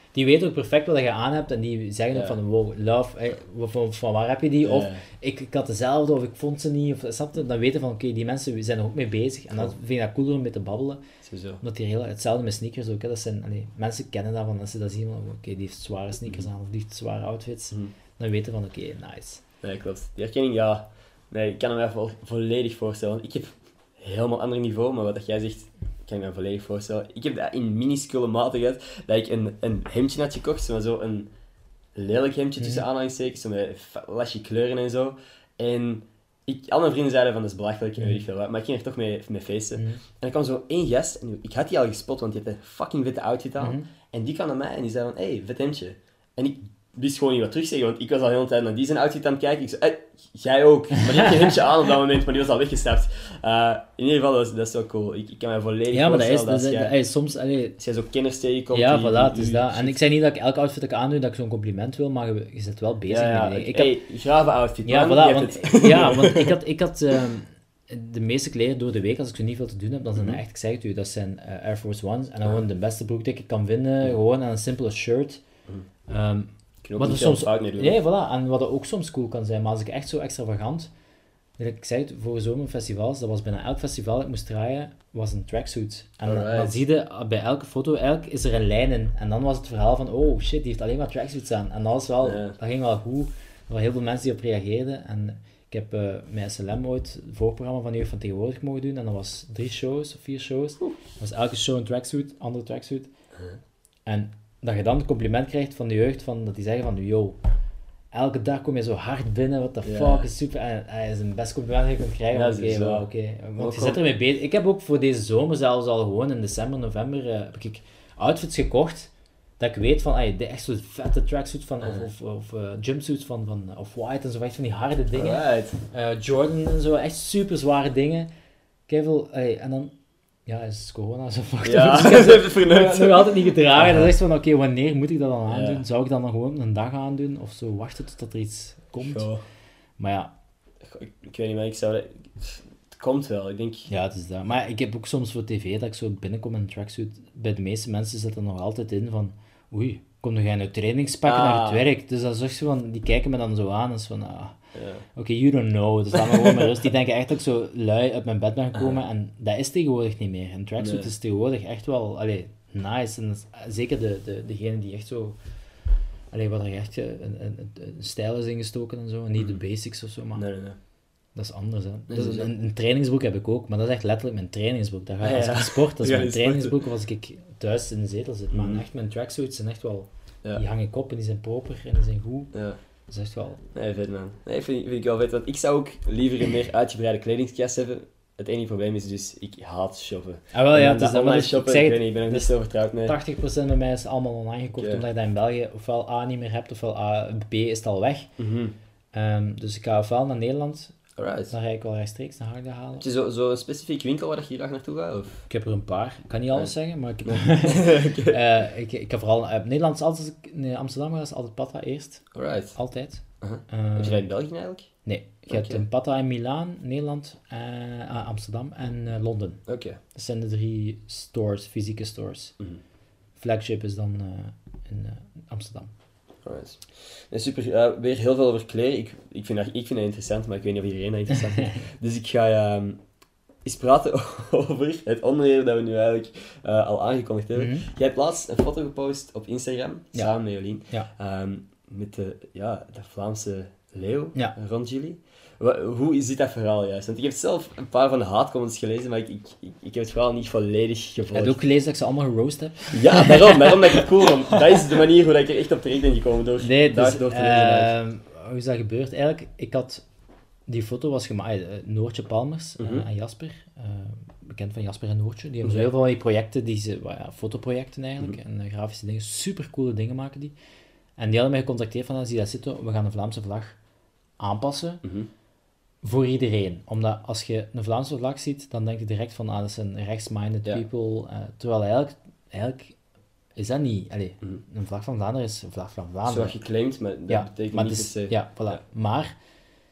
die weten ook perfect wat je aan hebt en die zeggen ook Ja. van, wow, love, hey, van, van waar heb je die? Of Ja. ik, ik had dezelfde, of ik vond ze niet, of snap je? Dan weten van, oké, die mensen zijn er ook mee bezig. En dan Cool. vind ik dat cooler om mee te babbelen. Sowieso. Omdat die heel, hetzelfde met sneakers ook, hè. Dat zijn, allee, mensen kennen dat van, als ze dat zien, van, oké, die heeft zware sneakers aan, of die heeft zware outfits. Mhm. Dan weten van, oké, nice. Nee, klopt. Die herkenning, ja. Nee, ik kan me vo volledig voorstellen. Want ik heb een helemaal ander niveau, maar wat dat jij zegt, kan ik me volledig voorstellen. Ik heb dat in minuscule mate gehad, dat ik een, een hemdje had gekocht, zo, zo een lelijk hemdje tussen Mhm. aanhalingstekens, zo met fa- lasje kleuren en zo. En ik, al mijn vrienden zeiden van, dat is belachelijk, en weet ik veel wat, maar ik ging er toch mee, mee feesten. Mhm. En er kwam zo één gast, en ik had die al gespot, want die had een fucking vette outfit aan. Mhm. En die kwam naar mij en die zei van, hey, vet hemdje. En ik wist gewoon niet wat terugzeggen, want ik was al de hele tijd naar die zijn outfit aan het kijken. Ik zei, hey, jij ook. Maar die had geen hemdje aan op dat moment, maar die was al weggestapt. Uh, in ieder geval, dat is, dat is wel cool. Ik, ik kan me volledig Ja, maar dat is, voorstellen dat is, dat, dat als, jij, is soms, allee, als jij zo kenners tegenkomt... ja, die- voilà, die- het is die- dat. En ik zeg niet dat ik elke outfit dat ik aandoe, dat ik zo'n compliment wil, maar je, je zit wel bezig Ja, ja. met die dingen. Ik heb, Hey, grave outfit, ja, man. voilà, Je want, hebt het. ja, want ik had, ik had ehm, de meeste kleren door de week, als ik zo niet veel te doen heb, dan zijn dat Mhm. echt, ik zeg het u, dat zijn eh, Air Force Ones. En dan gewoon de beste broek die ik kan vinden, gewoon en een simpele shirt. Mhm. Ehm, Ik kan ook Wat niet er veel soms- fout mee doen. Nee, voilà. En wat er ook soms cool kan zijn, maar als ik echt zo extravagant... Ik zei het, voor zomerfestivals, dat was bijna elk festival dat ik moest draaien, was een tracksuit. En dan, Alright. dan zie je bij elke foto, eigenlijk is er een lijn in. En dan was het verhaal van, oh shit, die heeft alleen maar tracksuits aan. En dat, was wel, Ja. dat ging wel goed. Er waren heel veel mensen die op reageerden. En ik heb uh, met S L M ooit het voorprogramma van de Jeugd van Tegenwoordig mogen doen. En dat was drie shows of vier shows. Dat was elke show een tracksuit, andere tracksuit. Uh-huh. En dat je dan het compliment krijgt van de jeugd, van, dat die zeggen van, yo, elke dag kom je zo hard binnen, what the Ja. fuck, is super. En hij is een best compliment dat je kunt krijgen. Ja, Oké, sowieso. wow, oké. Want Ook je zit ermee bezig. Ik heb ook voor deze zomer zelfs al gewoon in december, november, eh, heb ik outfits gekocht, dat ik weet van, ay, de echt zo'n vette tracksuit van, of, of, of uh, jumpsuits van, van Off-White en zo, echt van die harde dingen. Alright. Uh, Jordan en zo, echt super zware dingen. Kevin, ay, en dan, ja, is corona zo fucked Ja, up. ze Dus ik heb heeft het verneukt. nog altijd niet gedragen. Dat is echt van, oké, wanneer moet ik dat dan aandoen? Ja. Zou ik dan, dan gewoon een dag aandoen? Of zo wachten tot er iets komt? Goh. Maar ja, Goh, Ik, ik weet niet, maar ik zou dat... Het komt wel, ik denk... ja, het is dat. Maar ik heb ook soms voor tv dat ik zo binnenkom in een tracksuit. Bij de meeste mensen zit er nog altijd in van, oei, kom nog jij in trainingspakken Ah. naar het werk? Dus dat is echt zo van, die kijken me dan zo aan. Dat is van, ah, Ja. oké, you don't know. Dus laat me gewoon maar rust. Die denken echt dat ik zo lui uit mijn bed ben gekomen. En dat is tegenwoordig niet meer. Een tracksuit Nee. is tegenwoordig echt wel, allee, nice. En dat is, zeker de, de, degene die echt zo... Allee, wat er echt eh, een, een, een, een stijl is ingestoken en zo. En niet de basics of zo, maar Nee, nee, nee. dat is anders. Hè. Nee, Dus dat is een, een trainingsbroek heb ik ook, maar dat is echt letterlijk mijn trainingsbroek. Dat ga, Ah, als ja. ik sport, dat is Ja, mijn die trainingsbroek. Of als ik thuis in de zetel zit. Maar Mhm. echt, mijn tracksuits zijn echt wel... Ja. Die hang ik op en die zijn proper en die zijn goed. Ja. Dat is echt wel... Nee, vet man. Nee, vind, ik- vind ik wel vet, want ik zou ook liever een meer uitgebreide kledingskast hebben. Het enige probleem is dus, ik haat shoppen. Ah, wel, ja, En het is dat dat, maar online dus, ik shoppen, zeg ik het, weet niet, ik ben er niet dus zo vertrouwd mee. tachtig procent bij mij is allemaal online gekocht, Ja. omdat je dat in België ofwel A niet meer hebt, ofwel A, B is het al weg. Mhm. Ehm, dus ik ga ofwel naar Nederland, Alright. dan ga ik wel rechtstreeks naar Haagden halen. Heb je zo, zo een specifiek winkel waar je hier graag naartoe gaat? Of? Ik heb er een paar. Ik kan niet alles Ja. zeggen, maar ik heb... Oké. Eh, ik, ik heb vooral... Uh, Nederland is altijd... Nee, Amsterdam was altijd Pata eerst. Alright. Altijd. Aha. Eh, Heb je dat in België eigenlijk? Nee. Je hebt Oké. een Pata in Milaan, Nederland, eh, ah, Amsterdam en eh, Londen. Oké. Dat zijn de drie stores, fysieke stores. Mhm. Flagship is dan eh, in eh, Amsterdam. Alright. Nee, super. Eh, weer heel veel over kleren. Ik, ik, vind dat, ik vind dat interessant, maar ik weet niet of iedereen dat interessant vindt. Dus ik ga ehm, eens praten over het onderwerp dat we nu eigenlijk eh, al aangekondigd hebben. Mhm. Jij hebt laatst een foto gepost op Instagram, Ja. samen met Jolien, Ja. ehm, met de, ja, de Vlaamse leeuw Ja. rond jullie. Wa- Hoe zit dat verhaal juist? Want ik heb zelf een paar van de haatcomments gelezen, maar ik, ik, ik, ik heb het verhaal niet volledig Je gevolgd. hebt ook gelezen dat ik ze allemaal geroost heb? Ja, daarom, daarom dat ik het cool vond. Dat is de manier hoe ik er echt op terecht ben gekomen door, Nee, daar, dus, door te lezen. eigenlijk. ehm, hoe is dat gebeurd? Eigenlijk, ik had... Die foto was gemaakt... eh, Noortje Palmers eh, Mhm. en Jasper. eh, bekend van Jasper en Noortje. Die hebben zo Ja. heel veel van die projecten, die ze, well, ja, fotoprojecten eigenlijk, Mhm. en eh, grafische dingen. Super coole dingen maken die. En die hadden mij gecontacteerd van, als je dat zit, we gaan de Vlaamse vlag aanpassen. Mhm. Voor iedereen. Omdat als je een Vlaamse vlag ziet, dan denk je direct van, ah, dat zijn rechts-minded Ja. people. eh, terwijl eigenlijk, eigenlijk is dat niet. Allee, Mhm. een vlag van Vlaanderen is een vlag van Zo Vlaanderen. wat geclaimd, maar dat Ja, betekent maar niet het per is, se... ja, voilà. Ja. Maar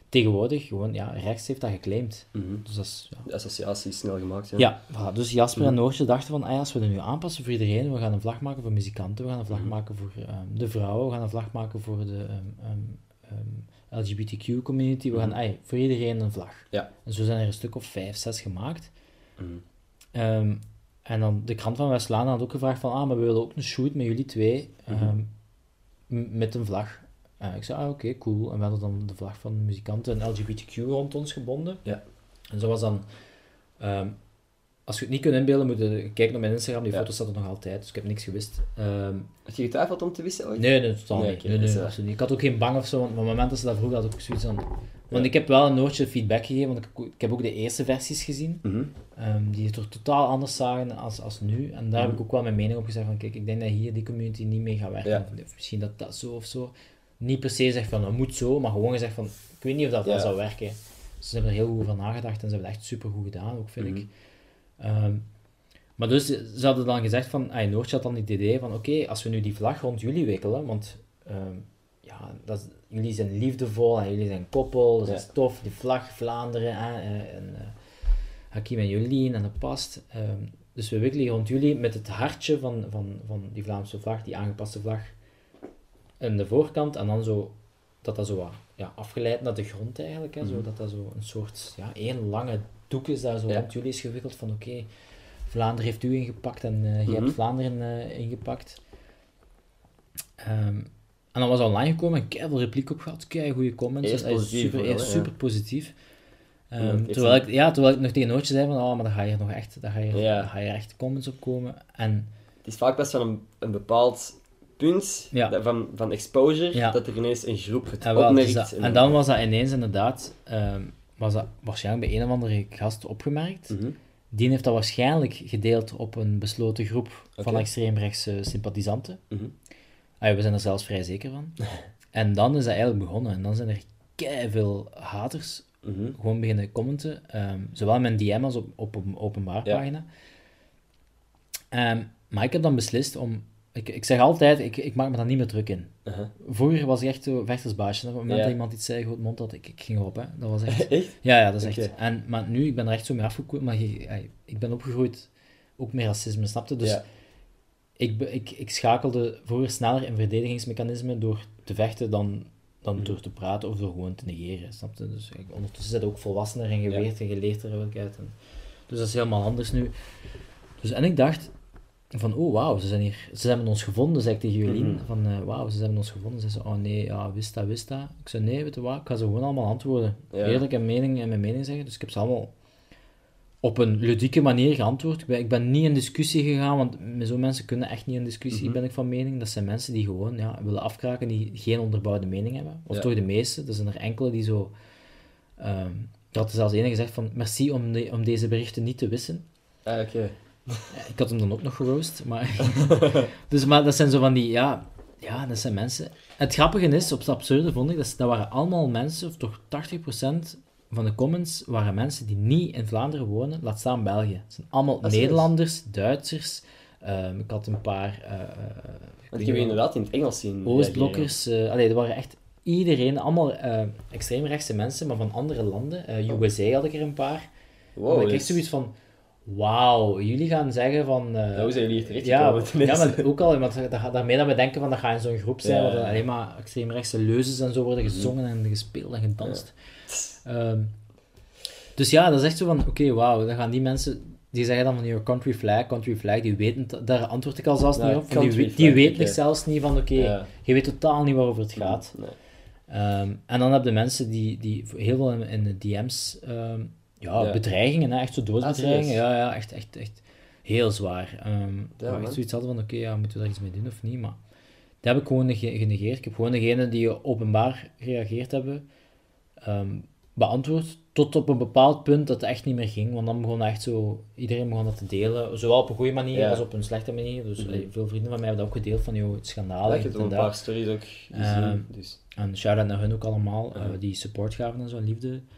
tegenwoordig gewoon, ja, rechts heeft dat geclaimd. Mm-hmm. Dus dat is, ja. De associatie is snel gemaakt, ja. Ja, voilà. Dus Jasper Mm-hmm. en Noortje dachten van, ah ja, als we dat nu aanpassen voor iedereen, we gaan een vlag maken voor muzikanten, we gaan een vlag Mm-hmm. maken voor um, de vrouwen, we gaan een vlag maken voor de um, um, um, L G B T Q community, we gaan Mm-hmm. ay, voor iedereen een vlag. Ja. En zo zijn er een stuk of vijf, zes gemaakt. Mm-hmm. Um, en dan de krant van West-Vlaanderen had ook gevraagd van, ah, maar we willen ook een shoot met jullie twee, um, Mm-hmm. m- met een vlag. Uh, ik zei, ah, oké, okay, cool. En we hadden dan de vlag van de muzikanten en L G B T Q rond ons gebonden. Ja. En zo was dan... Um, als je het niet kunt inbeelden, moet je kijken naar mijn Instagram. Die Ja. foto staat er nog altijd, dus ik heb niks gewist. Um, Had je getwijfeld om te wissen ooit? nee, nee, totaal Nee, niet. oké, Nee, dat is nee, waar. absoluut niet. Ik had ook geen bang of zo, want op het moment dat ze dat vroeg, had ik ook zoiets van... Want Ja. ik heb wel een Noortje feedback gegeven, want ik, ik heb ook de eerste versies gezien. Mm-hmm. Um, die het er totaal anders zagen als, als nu. En daar heb ik ook wel mijn mening op gezegd van, kijk, ik denk dat hier die community niet mee gaat werken. Ja. Of, of misschien dat dat zo of zo. Niet per se zegt van, dat moet zo, maar gewoon gezegd van, ik weet niet of dat wel Ja. zou werken. Dus ze hebben er heel goed over nagedacht en ze hebben het echt super goed gedaan, ook vind Mhm. ik. Um, maar dus, ze hadden dan gezegd van, ah, Noortje had dan het idee van, oké, okay, als we nu die vlag rond jullie wikkelen, want um, ja, dat is, jullie zijn liefdevol en jullie zijn koppel, dus Ja. dat is tof, die vlag, Vlaanderen hè, en uh, Hakim en Jolien en dat past. Um, dus we wikkelen rond jullie met het hartje van, van, van die Vlaamse vlag, die aangepaste vlag, aan de voorkant en dan zo, dat dat zo wat, ja, afgeleid naar de grond eigenlijk, hè, Mhm. zo, dat dat zo een soort, ja, één lange doek is daar zo Ja. rond jullie is gewikkeld van oké, okay, Vlaanderen heeft u ingepakt en uh, jij Mhm. hebt Vlaanderen uh, ingepakt. Um, en dan was het online gekomen en keiveel repliek op gehad, kei goede comments. Eerst Hij is positief super, vooral, eerst hè, super ja. positief. Um, Ja, het terwijl, is ik, ja, terwijl ik nog tegen Noortje zei van, oh, maar daar ga je nog echt, daar ga je, Ja. daar ga je echt comments op komen. En Het is vaak best van een, een bepaald punt Ja. dat- van, van exposure, Ja. dat er ineens een groep het En, wel, opmerkt. dus dat- en en dan was dat ineens inderdaad, um, was dat waarschijnlijk bij een of andere gast opgemerkt. Mhm. Die heeft dat waarschijnlijk gedeeld op een besloten groep van Oké. extreemrechtse sympathisanten. Mhm. Ah, we zijn er zelfs vrij zeker van. En dan is dat eigenlijk begonnen. En dan zijn er keiveel haters Mhm. gewoon beginnen commenten. Um, zowel in mijn D M als op, op een openbaar Ja. pagina. Um, maar ik heb dan beslist om... Ik, ik zeg altijd, ik, ik maak me daar niet meer druk in. Uh-huh. Vroeger was ik echt zo vechtersbaasje. Op het moment Ja. dat iemand iets zei, groot mond had, ik, ik ging erop. Hè. Dat was echt... Echt? Ja, ja, dat is echt... Oké. En, maar nu, ik ben er echt zo mee afgekomen. Maar je- ja, ik ben opgegroeid ook met racisme, snapte? Dus Ja. ik, be- ik, ik schakelde vroeger sneller in verdedigingsmechanismen door te vechten dan, dan Mhm. door te praten of door gewoon te negeren, snapte? Dus ik, ondertussen zit ik ook volwassener en geweerd en geleerd er ook uit. En, dus dat is helemaal anders nu. Dus, en ik dacht van, oh wauw, ze zijn hier, ze hebben ons gevonden, zei ik tegen Jolien, Mhm. van uh, wauw, ze hebben ons gevonden. Ze zei, oh nee, ja, wist dat, wist dat. Ik zei, nee, weet je wat, ik ga ze gewoon allemaal antwoorden. Ja. Eerlijk en, mening, en mijn mening zeggen. Dus ik heb ze allemaal op een ludieke manier geantwoord. Ik ben, ik ben niet in discussie gegaan, want met zo'n mensen kunnen echt niet in discussie, Mhm. ben ik van mening. Dat zijn mensen die gewoon ja, willen afkraken, die geen onderbouwde mening hebben. Of Ja. toch de meeste. Er zijn er enkele die zo... Um, ik had zelfs ene gezegd van, merci om, de, om deze berichten niet te wissen. Ah, oké. Ja, ik had hem dan ook nog geroost, maar... dus, maar dat zijn zo van die, ja... Ja, dat zijn mensen... Het grappige is, op het absurde vond ik, dat, dat waren allemaal mensen, of toch tachtig procent van de comments, waren mensen die niet in Vlaanderen wonen, laat staan België. Het zijn allemaal Dat is Nederlanders, Duitsers, um, ik had een paar... Uh, uh, ik Want weet ik heb je niet wat- inderdaad in het Engels zien. Oostblokkers, uh, allee, er waren echt iedereen, allemaal uh, extreemrechtse mensen, maar van andere landen. Uh, U S A had ik er een paar. Wow, Wow, ik dus- echt zoiets van, wauw, jullie gaan zeggen van... uh, Ja, hoe zijn jullie hier terecht ja, gekomen ten ja, eerste? maar ook al, want da- daarmee dat we denken van dat gaat in zo'n groep zijn, Ja. waar er alleen maar extreemrechtse leuzes en zo worden gezongen en gespeeld en gedanst. Ehm, dus ja, dat is echt zo van, oké, wauw, dan gaan die mensen, die zeggen dan van, your country flag, country flag, die weten, t- daar antwoord ik al zelfs Ja, niet op, van die, country we- die flag, weten oké. nog zelfs niet van, oké, Ja. je weet totaal niet waarover het gaat. Nee. Ehm, en dan heb je mensen die, die heel veel in, in de D M's, ehm, ja, Ja. bedreigingen, hè, echt zo doodsbedreigingen, Ah, serieus? ja, ja, echt, echt, echt heel zwaar. Ehm Ja, waar ik man. zoiets hadden van, oké, ja, moeten we daar iets mee doen of niet, maar dat heb ik gewoon nege- genegeerd. Ik heb gewoon degenen die openbaar gereageerd hebben, ehm, beantwoord, tot op een bepaald punt dat het echt niet meer ging, want dan begon echt zo, iedereen begon dat te delen, zowel op een goede manier Ja. als op een slechte manier, dus Mhm. eh, veel vrienden van mij hebben dat ook gedeeld, van, joh, het is Ja, schandalig, ik heb dit er en een paar dat. stories ook gezien. Ehm, dus. En shout-out naar hun ook allemaal, eh, Mhm. die support gaven en zo, liefde.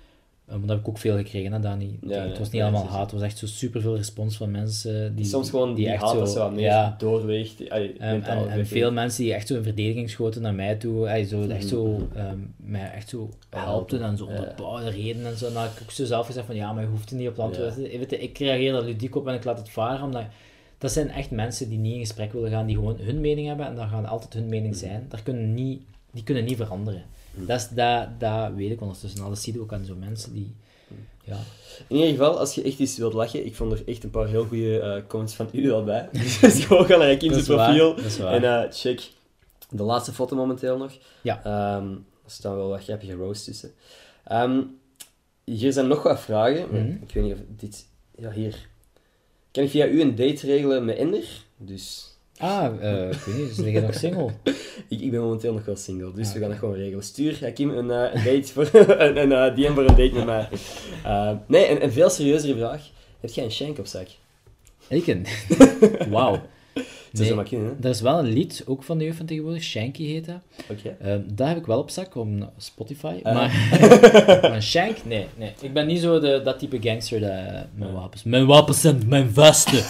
maar dat heb ik ook veel gekregen, hè, Dani. Ja, het ja, was niet ja, allemaal precies. haat, het was echt zo superveel respons van mensen die... Soms gewoon die, echt haat zo... dat zo wat meer ja, doorweegt. Ay, en, mentaal en, en weegt. veel mensen die echt zo in verdediging schoten naar mij toe, ay, zo, echt zo, um, mij echt zo helpten en zo onder Ja. bepaalde redenen en zo. En dan heb ik ook zo zelf gezegd van, ja, maar je hoeft er niet op te antwoorden. Ja. Je weet, ik reageer er ludiek op en ik laat het varen, omdat... Dat zijn echt mensen die niet in gesprek willen gaan, die gewoon hun mening hebben en dat gaan altijd hun mening zijn. Daar kunnen niet, die kunnen niet veranderen. Dat, is, dat, dat weet ik ondertussen. Dat zie je ook aan zo'n mensen die... Ja. In ieder geval, als je echt iets wilt lachen, ik vond er echt een paar heel goede uh, comments van u al bij. Dus gewoon ga naar Kim's profiel en uh, check de laatste foto momenteel nog. Ja. Um, er staan wel wat grappige roasts tussen. Um, hier zijn nog wat vragen. Mm-hmm. Ik weet niet of dit... Ja, hier... Kan ik via u een date regelen met Ender? Dus... Ah, uh, ik weet niet, dus ben je nog single? ik, ik ben momenteel nog wel single, dus ah, we gaan dat gewoon regelen. Stuur, ja, Kim, een, uh, een date voor... een, een uh, D M voor een date met mij. Uh, nee, een, een veel serieuzere vraag. Heb jij een shank op zak? Ik een? Wauw. Dat zou maar kunnen, hè? Er is wel een lied, ook van de jeugd van tegenwoordig, Shanky heet dat. Oké. Okay. Uh, dat heb ik wel op zak, op Spotify. Uh. Maar, maar een shank? Nee, nee. Ik ben niet zo de, dat type gangster, dat, uh, mijn wapens. Mijn wapens zijn mijn vesten.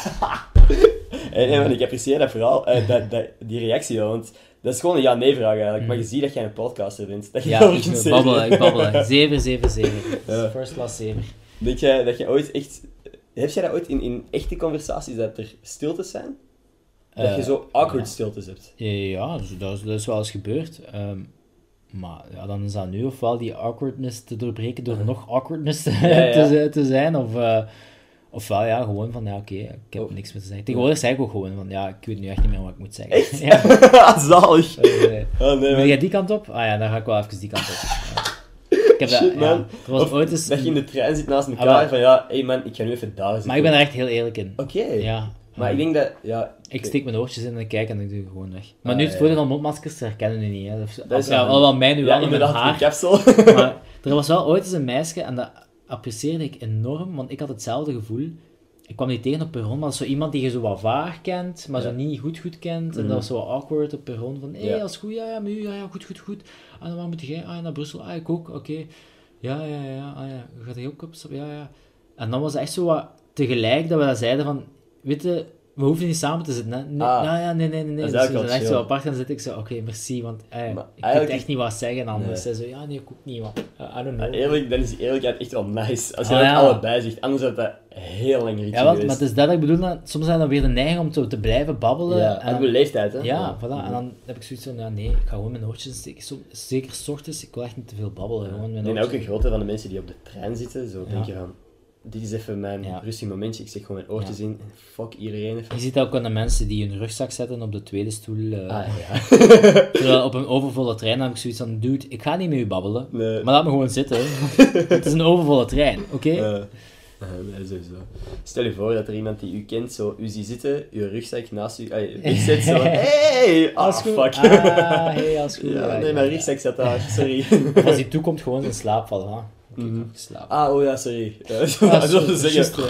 hey, nee, man, ik apprecieer dat vooral, uh, dat, dat, die reactie wel, want dat is gewoon een ja-nee-vraag eigenlijk. Mm. Maar je ziet dat jij een podcaster bent. Dat je ja, ik kunt babbelen, ik babbel. zeven, zeven, zeven. Ja. First class zeven. Denk jij dat je ooit echt... Heb jij dat ooit in, in echte conversaties, dat er stiltes zijn? Dat uh, je zo awkward ja. stiltes hebt? Ja, ja dus dat, is, dat is wel eens gebeurd. Um, maar ja, dan is dat nu ofwel die awkwardness te doorbreken door uh-huh. nog awkwardness te, ja, ja. te, te zijn, of... Uh, Ofwel, ja, gewoon van, ja, oké, okay, ik heb oh. niks meer te zeggen. Tegenwoordig zeg ik ook gewoon van, ja, ik weet nu echt niet meer wat ik moet zeggen. Echt? Ja. Zalig. Uh, oh, nee, Wil jij die kant op? Ah ja, dan ga ik wel even die kant op. Ja. Ik heb Shit, dat, man. Ja, er was of ooit eens... dat je in de trein zit naast elkaar, ah, van ja, hé hey man, ik ga nu even daar zitten. Maar ik ben er echt heel eerlijk in. Oké. Okay. Ja. Maar um, ik denk dat, ja... Ik steek mijn oortjes in en ik kijk en ik doe gewoon weg. Maar ah, nu is het voordeel van mondmaskers, ze herkennen nu niet, hè. Of, dat is ja, wel wel mij nu ja, wel in mijn haar. Capsule. Maar er was wel ooit eens een meisje, en dat apprecieerde ik enorm, want ik had hetzelfde gevoel. Ik kwam niet tegen op perron, maar dat is zo iemand die je zo wat vaag kent, maar ja. zo niet goed goed kent. En mm. dat was zo awkward op perron, van hé, hey, ja. dat is goed, ja, ja, met u, ja, ja, goed, goed, goed. Ah, dan waar moet jij? Ah, naar Brussel, ah, ik ook, oké. Okay. Ja, ja, ja, ah, ja, gaat hij ook op stap? Ja, ja. En dan was het echt zo wat tegelijk dat we dat zeiden van, weet je, we hoeven niet samen te zitten, hè. Nee, ah, nou ja, nee, nee, nee, nee. Dus we zijn echt zo apart gaan zitten. Ik zei, oké, okay, merci, want eh, ik kan echt niet wat zeggen anders. Nee. Zij zo, ja, nee, ik ook niet, maar uh, I don't know. Eerlijk, dan is die eerlijkheid echt wel nice. Als je ah, dat ja. allebei zegt, anders had dat heel lang niet ja, want, maar het is dat dat ik bedoel, dan, soms zijn we dan weer de neiging om zo te blijven babbelen. Ja, en dan, de leeftijd, hè. Ja, ja. Voilà. Mm-hmm. En dan heb ik zoiets van, ja, nee, ik ga gewoon mijn oortjes steken. Zo, zeker 's ochtends, ik wil echt niet te veel babbelen. Ja. Gewoon mijn en ook een grote van de mensen die op de trein zitten, zo ja. denk je van... Dit is even mijn ja. rustig momentje. Ik zeg gewoon mijn oortjes ja. in. Fuck iedereen even. Je ziet ook aan de mensen die hun rugzak zetten op de tweede stoel. Uh, ah, ja. Terwijl op een overvolle trein heb ik zoiets van... Dude, ik ga niet met u babbelen. Nee. Maar laat me gewoon zitten. Het is een overvolle trein, oké? Okay? Uh, uh, nee, sowieso. Stel je voor dat er iemand die u kent, zo u ziet zitten, uw rugzak naast u... Ay, wegzet zo van... Hey! Ah, fuck. Ah, hey, als goed. Ja, ja, nee, mijn rugzak zat daar. Sorry. Of als hij toekomt, gewoon in slaap vallen. Huh? Okay, mm-hmm. slaap. Ah, oh ja, sorry. Ja, ah, dat wil zeggen. Just,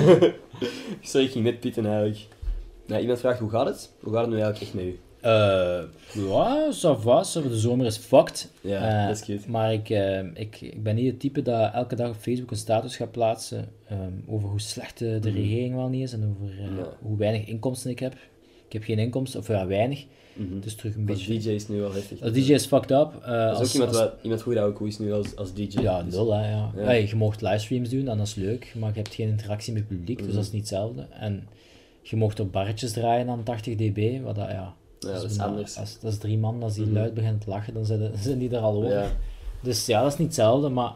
sorry, ik ging net pitten eigenlijk. Nou, iemand vraagt, hoe gaat het? Hoe gaat het nu eigenlijk echt met u? Uh, ja, ça va. De zomer is fucked. Ja, dat is uh, Maar ik, uh, ik, ik ben niet het type dat elke dag op Facebook een status gaat plaatsen um, over hoe slecht de, de mm-hmm. regering wel niet is en over uh, ja. hoe weinig inkomsten ik heb. Ik heb geen inkomsten, of ja, weinig. Mm-hmm. Dus terug een als beetje... D J is nu wel heftig. Als D J is fucked up. Uh, dat is als, ook iemand, als... wat, iemand goed dat ook hoe is nu als, als D J. Ja, dus... nul hè, ja. ja. Hey, je mocht livestreams doen en dat is leuk, maar je hebt geen interactie met het publiek, mm-hmm. dus dat is niet hetzelfde. En je mocht op barretjes draaien aan tachtig decibel, wat dat, ja... Ja, dat is bijna, anders. Als, dat is drie man, als die mm-hmm. luid beginnen te lachen, dan zijn, de, zijn die er al over. Ja. Dus ja, dat is niet hetzelfde, maar...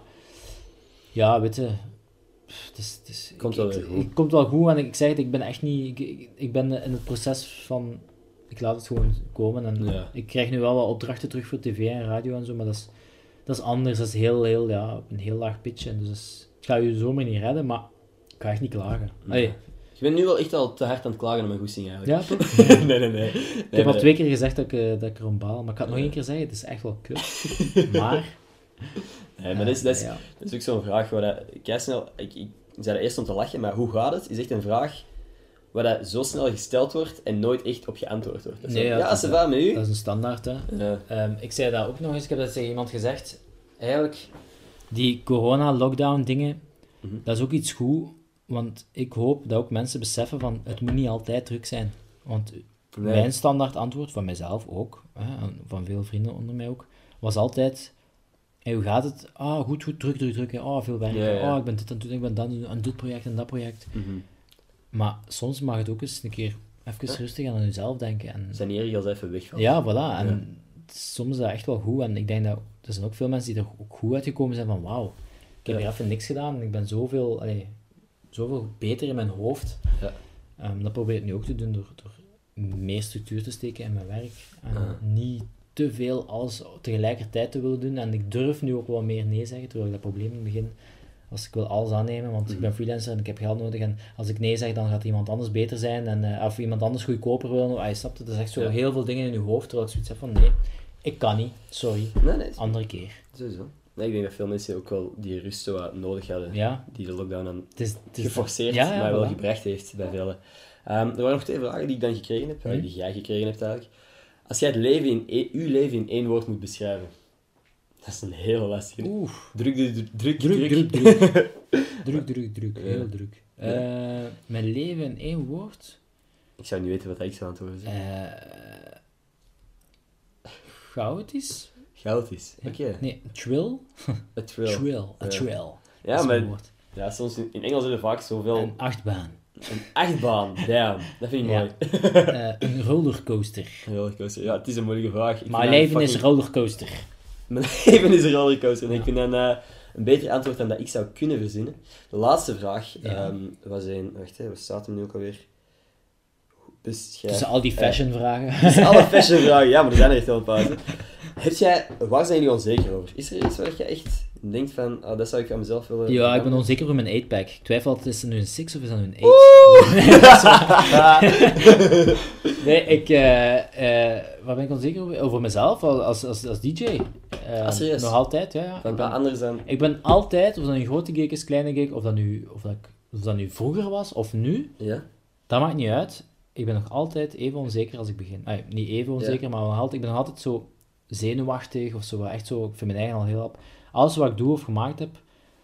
Ja, weet je... Het is, het is, komt ik, wel weer goed. Het komt wel goed en ik zeg het, ik ben echt niet... Ik, ik ben in het proces van... Ik laat het gewoon komen en ja. ik krijg nu wel wat opdrachten terug voor tv en radio en zo, maar dat is, dat is anders. Dat is heel, heel, ja, op een heel laag pitje. En dus is, het gaat je zomaar niet redden, maar ik ga echt niet klagen. Ja. Hey. Je bent nu wel echt al te hard aan het klagen om mijn goesting eigenlijk. Ja, toch? nee, nee, nee. Ik nee, heb nee. al twee keer gezegd dat ik, uh, dat ik erom baal, maar ik ga het nog één keer zeggen, het is echt wel kut. Maar... Nee, maar dat is, dat is, ja. dat is ook zo'n vraag waar dat, kijk snel, ik, ik zei dat eerst om te lachen, maar hoe gaat het? Is echt een vraag waar dat zo snel gesteld wordt en nooit echt op geantwoord wordt. Dus nee, zo, ja, ja, ze va met u. Dat is een standaard, hè. Ja. Um, ik zei dat ook nog eens, ik heb dat tegen iemand gezegd. Eigenlijk, die corona-lockdown-dingen, Mhm. dat is ook iets goed, want ik hoop dat ook mensen beseffen van, het moet niet altijd druk zijn. Want Nee. mijn standaard antwoord, van mijzelf ook, hè, en van veel vrienden onder mij ook, was altijd, hey, hoe gaat het? Ah, goed, goed, druk, druk, druk. Ah, veel werk. Ja, ja. Ah, ik ben dit aan het doen, ik ben dat aan het doen, aan dit project en dat project. Mhm. Maar soms mag het ook eens een keer even Ja. rustig aan jezelf denken. En... Zijn hier als even wegvalt. Ja, voilà. En Ja. soms is dat echt wel goed. En ik denk dat er zijn ook veel mensen die er ook goed uitgekomen zijn van wauw, ik heb Ja. hier even niks gedaan en ik ben zoveel, allee, zoveel beter in mijn hoofd. Ja. Um, dat probeer ik nu ook te doen door, door meer structuur te steken in mijn werk. En Ja. niet te veel alles tegelijkertijd te willen doen. En ik durf nu ook wel meer nee zeggen, terwijl ik dat probleem in het begin, als ik wil alles aannemen, want ik ben freelancer en ik heb geld nodig. En als ik nee zeg, dan gaat iemand anders beter zijn. En, uh, of iemand anders goedkoper wil. Ah, je snapt het, dat is echt zo Ja. heel veel dingen in je hoofd, terwijl ik zoiets heb van nee, ik kan niet, sorry, Nee, nee. andere keer. Sowieso. Nee, ik denk dat veel mensen ook wel die rust zo wat nodig hadden. Ja, Die de lockdown dan het is... Het is geforceerd, ja, ja, maar wel voilà. gebracht heeft bij velen. Ehm, er waren nog twee vragen die ik dan gekregen heb, Mhm. die jij gekregen hebt eigenlijk. Als jij het leven in e- uw leven in één woord moet beschrijven, dat is een heel lastige. Oeh. Druk, druk, druk, druk. Druk, druk, druk. druk, druk, druk. Ja. Heel druk. Ja. Eh, mijn leven in één woord? Ik zou niet weten wat ik zou antwoorden zijn. Eh chaotisch? Chaotisch. Oké. Nee, trill? A thrill. Trill. Ja. A trill. Ja, Dat is maar een woord. ja, soms in, in Engels is er vaak zoveel... Een achtbaan. Een achtbaan, damn. Dat vind ik Ja. mooi. Eh, een rollercoaster. Een rollercoaster. Ja, het is een moeilijke vraag. Ik Mijn vind dat leven is fucking- een rollercoaster. Mijn leven is een rollercoaster. En Ja. ik vind dat eh, een beter antwoord dan dat ik zou kunnen verzinnen. De laatste vraag Ja. ehm, was een... Wacht, hè, waar staat hem nu ook alweer? Beschrijf... Tussen al die eh, fashion vragen. tussen alle fashion vragen. Ja, maar er zijn er echt wel een paar. hè. Heb jij... Waar zijn jullie onzeker over? Is er iets waar je echt denkt van... Ah, dat zou ik aan mezelf willen... Ja, ik ben veranderen? onzeker over mijn eight pack. Ik twijfel altijd, is het nu een six of is dat nu een eight? Nee, dat is waar. Nee, ik... eh, eh, waar ben ik onzeker over? Over mezelf, als, als, als D J. Eh, Ah, serieus? Nog altijd, ja. ja. Van Ik wat ben, anders dan... ik ben altijd, of dat nu een grote gig is, kleine gig, of dat nu, of dat, ik- of dat nu vroeger was, of nu, Ja? dat maakt niet uit. Ik ben nog altijd even onzeker als ik begin. Ah, niet even onzeker, maar nog altijd, ik ben nog altijd zo zenuwachtig, of zo, echt zo, ik vind mijn eigen al heel op. Alles wat ik doe of gemaakt heb,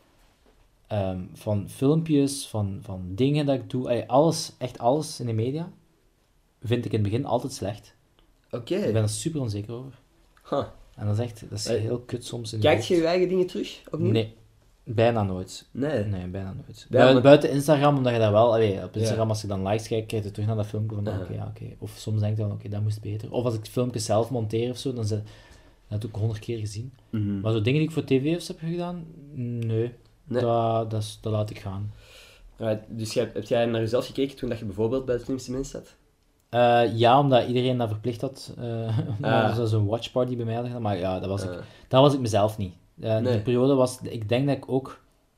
ehm, van filmpjes, van, van dingen dat ik doe, eh, alles, echt alles in de media, vind ik in het begin altijd slecht. Oké. Ik ben er super onzeker over. Huh. En dat is echt, dat is Eh, heel kut soms in je Kijk hoofd. je je eigen dingen terug? Opnieuw? Nee, bijna nooit. Nee. Nee, bijna nooit. Ja, Bui- maar- Buiten Instagram, omdat je daar wel... Allee, op Instagram, Ja. als je dan likes kijkt, krijg je terug naar dat filmpje van, Ja. oké, ja, oké. Of soms denk je van, oké, dat moest beter. Of als ik filmpjes zelf monteer of zo, dan zet, dat heb ik honderd keer gezien. Mhm. Maar zo dingen die ik voor tv's heb gedaan, nee. Nee. Dat, dat, is- dat laat ik gaan. Alright, dus jij, heb jij naar jezelf gekeken toen dat je bijvoorbeeld bij het slimste mens zat? Eh, ja, omdat iedereen dat verplicht had. eh Ah. Dus dat is een watchparty bij mij had gedaan. Maar ja, dat was, ik, Eh, dat was ik mezelf niet. Eh, Nee. Die periode was... Ik denk dat ik ook,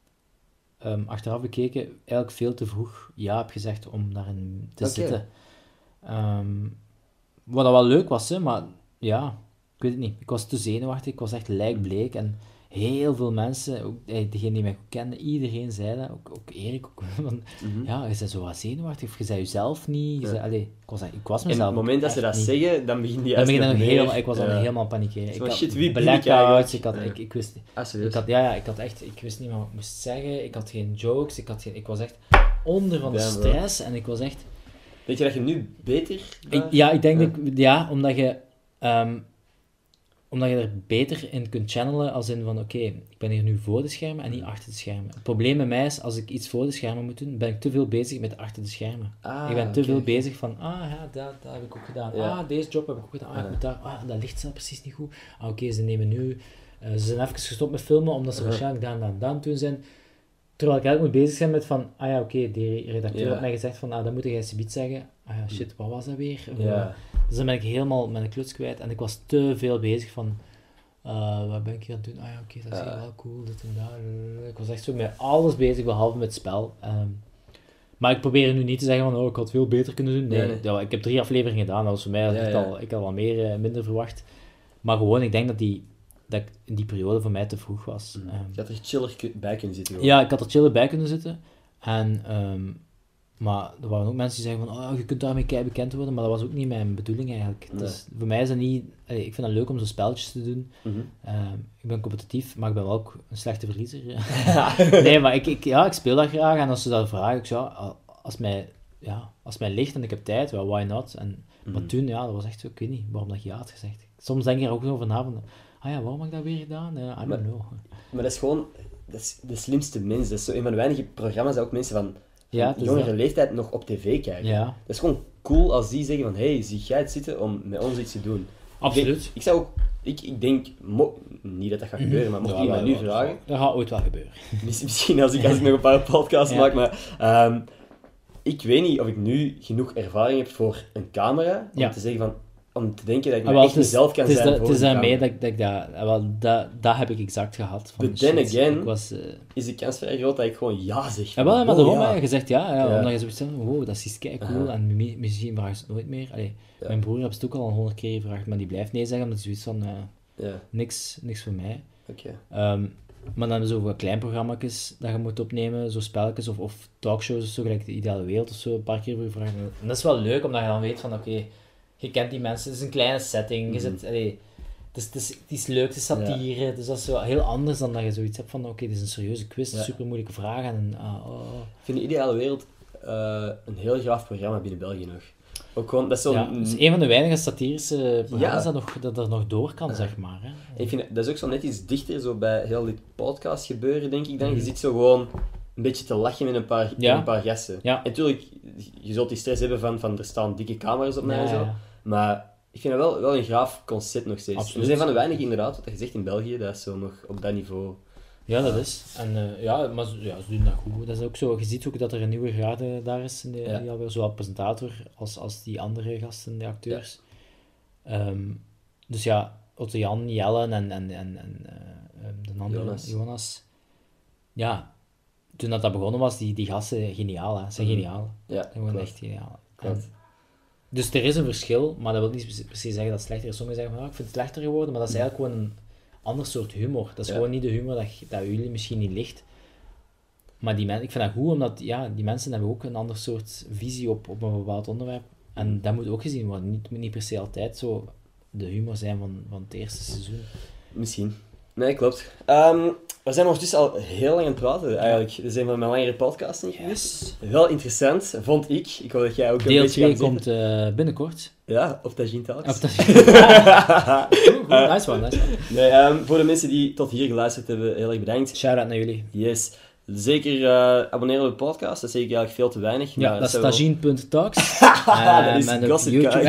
ehm, achteraf bekeken, eigenlijk veel te vroeg ja heb gezegd om daarin te Oké. zitten. Ehm, wat dat wel leuk was, hè, maar ja, ik weet het niet. Ik was te zenuwachtig, ik was echt lijkbleek. En heel veel mensen, ook eh, degenen die mij goed kenden, iedereen zei dat. Ook, ook Erik, ook, van, mhm. ja, je bent zo wat zenuwachtig, of je bent jezelf niet. Je Ja. zei, allee, ik, was, ik was En mezelf op het moment dat ze echt dat niet. zeggen, dan begin je Dan ben ik juist dan nog helemaal, meer- ik was dan ja. helemaal panikeren. Ik Zo, had shit, wie ben ik blackouts, eigenlijk? ik, had, Ja. ik, ik wist niet. Ah, serieus? Ik had, ja, ja, ik had echt, ik wist niet meer wat ik moest zeggen. Ik had geen jokes, ik, had geen, ik was echt onder van de Damn, bro. stress en ik was echt... Denk je dat je nu beter... Ik, ja, ik denk Ja. dat ik, ja, omdat je, ehm, omdat je er beter in kunt channelen als in van, oké, ik ben hier nu voor de schermen en niet achter de schermen. Het probleem bij mij is, als ik iets voor de schermen moet doen, ben ik te veel bezig met achter de schermen. Ah, ik ben te oké. veel bezig van, ah ja, dat, dat heb ik ook gedaan. Ja. Ah, deze job heb ik ook gedaan. Ah, ik Ja. moet daar, ah, dat licht staat precies niet goed. Ah, oké, ze nemen nu, eh, ze zijn even gestopt met filmen, omdat ze Ja. waarschijnlijk daar en daar en daar aan het doen zijn. Terwijl ik eigenlijk moet bezig zijn met van, ah ja, oké, die redacteur Ja. had mij gezegd van, ah, dat moet jij subiet zeggen. Ah ja, shit, wat was dat weer? Ja. Dus dan ben ik helemaal mijn kluts kwijt en ik was te veel bezig van, uh, wat ben ik hier aan het doen? Ah ja, oké, dat is Ja. hier wel cool, dit en dat. Ik was echt zo met alles bezig, behalve met het spel. Ehm, maar ik probeer nu niet te zeggen van, oh, ik had veel beter kunnen doen. Nee, Nee, nee. ja, ik heb drie afleveringen gedaan, dat was voor mij Ja, echt ja. al, ik had al meer, eh, minder verwacht. Maar gewoon, ik denk dat, die, dat ik in die periode voor mij te vroeg was. Mhm. Ehm, Je had er chiller ku- bij kunnen zitten. gewoon. ja, ik had er chiller bij kunnen zitten. En, ehm, Maar er waren ook mensen die zeggen van, oh, je kunt daarmee kei bekend worden, maar dat was ook niet mijn bedoeling eigenlijk. Nee. Dus voor mij is dat niet... Allee, ik vind het leuk om zo spelletjes te doen. Mm-hmm. Uh, ik ben competitief, maar ik ben wel ook een slechte verliezer. Nee, maar ik, ik, ja, ik speel dat graag en als ze dat vragen, ik zeg, ja, als mij, ja, als mij ligt en ik heb tijd, well, why not? En, mm-hmm. Maar toen, ja, dat was echt zo, ik weet niet waarom dat je ja had gezegd. Soms denk ik er ook over na van, ah ja, waarom heb ik dat weer gedaan? Uh, I don't maar, know. Maar dat is gewoon dat is de slimste mens. Dat is zo een van de weinige programma's dat ook mensen van, van ja, jongere dat. leeftijd nog op tv kijken. Ja. Dat is gewoon cool als die zeggen van, hey, zie jij het zitten om met ons iets te doen? Absoluut. Ik, denk, ik zou ook, ik, ik denk, mo- niet dat dat gaat gebeuren, maar mocht ja, iemand ja, nu ja, vragen... Dat gaat ooit wel gebeuren. Misschien als ik, als ik nog een paar podcasts ja. maak, maar... Um, ik weet niet of ik nu genoeg ervaring heb voor een camera, om ja. te zeggen van... Om te denken dat ik ah, me echt mezelf kan zijn dat, voor Het is een daarmee camera. dat, dat ik dat... Wel, dat, dat heb ik exact gehad. Van, But then shit, again, ik was, uh... is de kans vrij groot dat ik gewoon ja zeg. Ja, wel, maar oh, daarom ja. heb je gezegd ja, ja, ja. omdat je zoiets zegt, wow, dat is kei cool, uh-huh. En mi- misschien vragen ze het nooit meer. Allee, ja. Mijn broer heeft het ook al honderd keer gevraagd, maar die blijft nee zeggen, omdat hij zoiets van, uh, ja. niks, niks voor mij. Okay. Um, maar dan zo wat klein programma's dat je moet opnemen, zo spelletjes of, of talkshows of zo, gelijk de Ideale Wereld of zo, een paar keer voor gevraagd. En dat is wel leuk, omdat je dan weet van, oké, okay, je kent die mensen, het is een kleine setting, mm-hmm. je zit, allee, het, is, het, is, het is leuk, het is satire, ja. Dus dat is zo heel anders dan dat je zoiets hebt van, oké, okay, dit is een serieuze quiz, ja. Super moeilijke vragen. En, uh, oh, oh. Ik vind de Ideale Wereld uh, een heel graaf programma binnen België nog. Ook gewoon, dat is, ja, het is een van de weinige satirische programma's ja. dat, nog, dat er nog door kan, uh, zeg maar. Hè. Ik vind, dat is ook zo net iets dichter zo bij heel dit podcast gebeuren, denk ik dan. Mm. Je zit zo gewoon een beetje te lachen met een paar, ja. met een paar gasten. Ja. En natuurlijk, je zult die stress hebben van, van er staan dikke camera's op mij ja, en zo. Ja. Maar ik vind dat wel, wel een graaf concept nog steeds. Absoluut. We zijn van de weinigen inderdaad, wat je zegt in België, dat is zo nog op dat niveau. Ja, dat is. En uh, ja, maar ja, ze doen dat goed. Dat is ook zo, je ziet ook dat er een nieuwe graad daar is, in de, ja. die zowel presentator als, als die andere gasten, de acteurs. Ja. Um, dus ja, Otto Jan, Jelle en, en, en, en uh, de andere, Jonas. Jonas. Ja, toen dat, dat begonnen was, die, die gasten, geniaal, hè. Ze zijn mm. geniaal. Ja, gewoon echt geniaal. En, dus er is een verschil, maar dat wil niet precies zeggen dat het slechter is. Sommigen zeggen van, oh, ik vind het slechter geworden, maar dat is eigenlijk gewoon een ander soort humor. Dat is ja. gewoon niet de humor dat, dat jullie misschien niet ligt. Maar die men, ik vind dat goed, omdat ja, die mensen hebben ook een ander soort visie op, op een bepaald onderwerp. En dat moet ook gezien worden. Niet, moet niet per se altijd zo de humor zijn van, van het eerste seizoen. Misschien. Nee, klopt. Um, we zijn ondertussen al heel lang aan het praten, eigenlijk. Dit is een van mijn langere podcasts niet geweest. Yes. Wel interessant, vond ik. Ik hoop dat jij ook een Deel beetje twee komt uh, binnenkort. Ja, op Tajin Talks. Op Tajin Talks. Goed, uh, nice one, nice one. Nee, um, voor de mensen die tot hier geluisterd hebben, heel erg bedankt. Shout-out naar jullie. Yes. Zeker uh, abonneren op de podcast, dat is zeker eigenlijk veel te weinig. Ja, maar dat is tajin punt talks. uh, dat is gossip guy.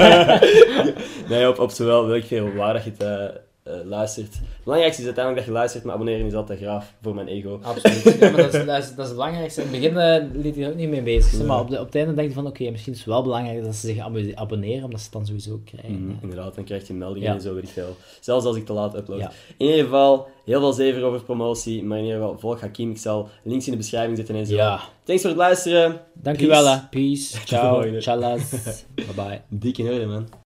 Nee, op, op zowel welk veel waar dat je het uh, uh, luistert. Het belangrijkste is uiteindelijk dat je luistert, maar abonneren is altijd graaf voor mijn ego. Absoluut. Ja, maar dat, is, dat, is, dat is het belangrijkste. In het begin uh, liet hij er ook niet mee bezig. Ja. Maar op, de, op het einde denk je van, oké, okay, misschien is het wel belangrijk dat ze zich abonneren, omdat ze het dan sowieso krijgen. Mm, inderdaad, dan krijg je meldingen ja. en zo, weet ik veel. Zelfs als ik te laat upload. Ja. In ieder geval, heel veel zever over promotie, maar in ieder geval, volg Hakim. Ik zal links in de beschrijving zetten en zo. Ja. Thanks voor het luisteren. Dankjewel, hè. Peace. Ciao. Chalas. Bye bye. Dikke orde, man.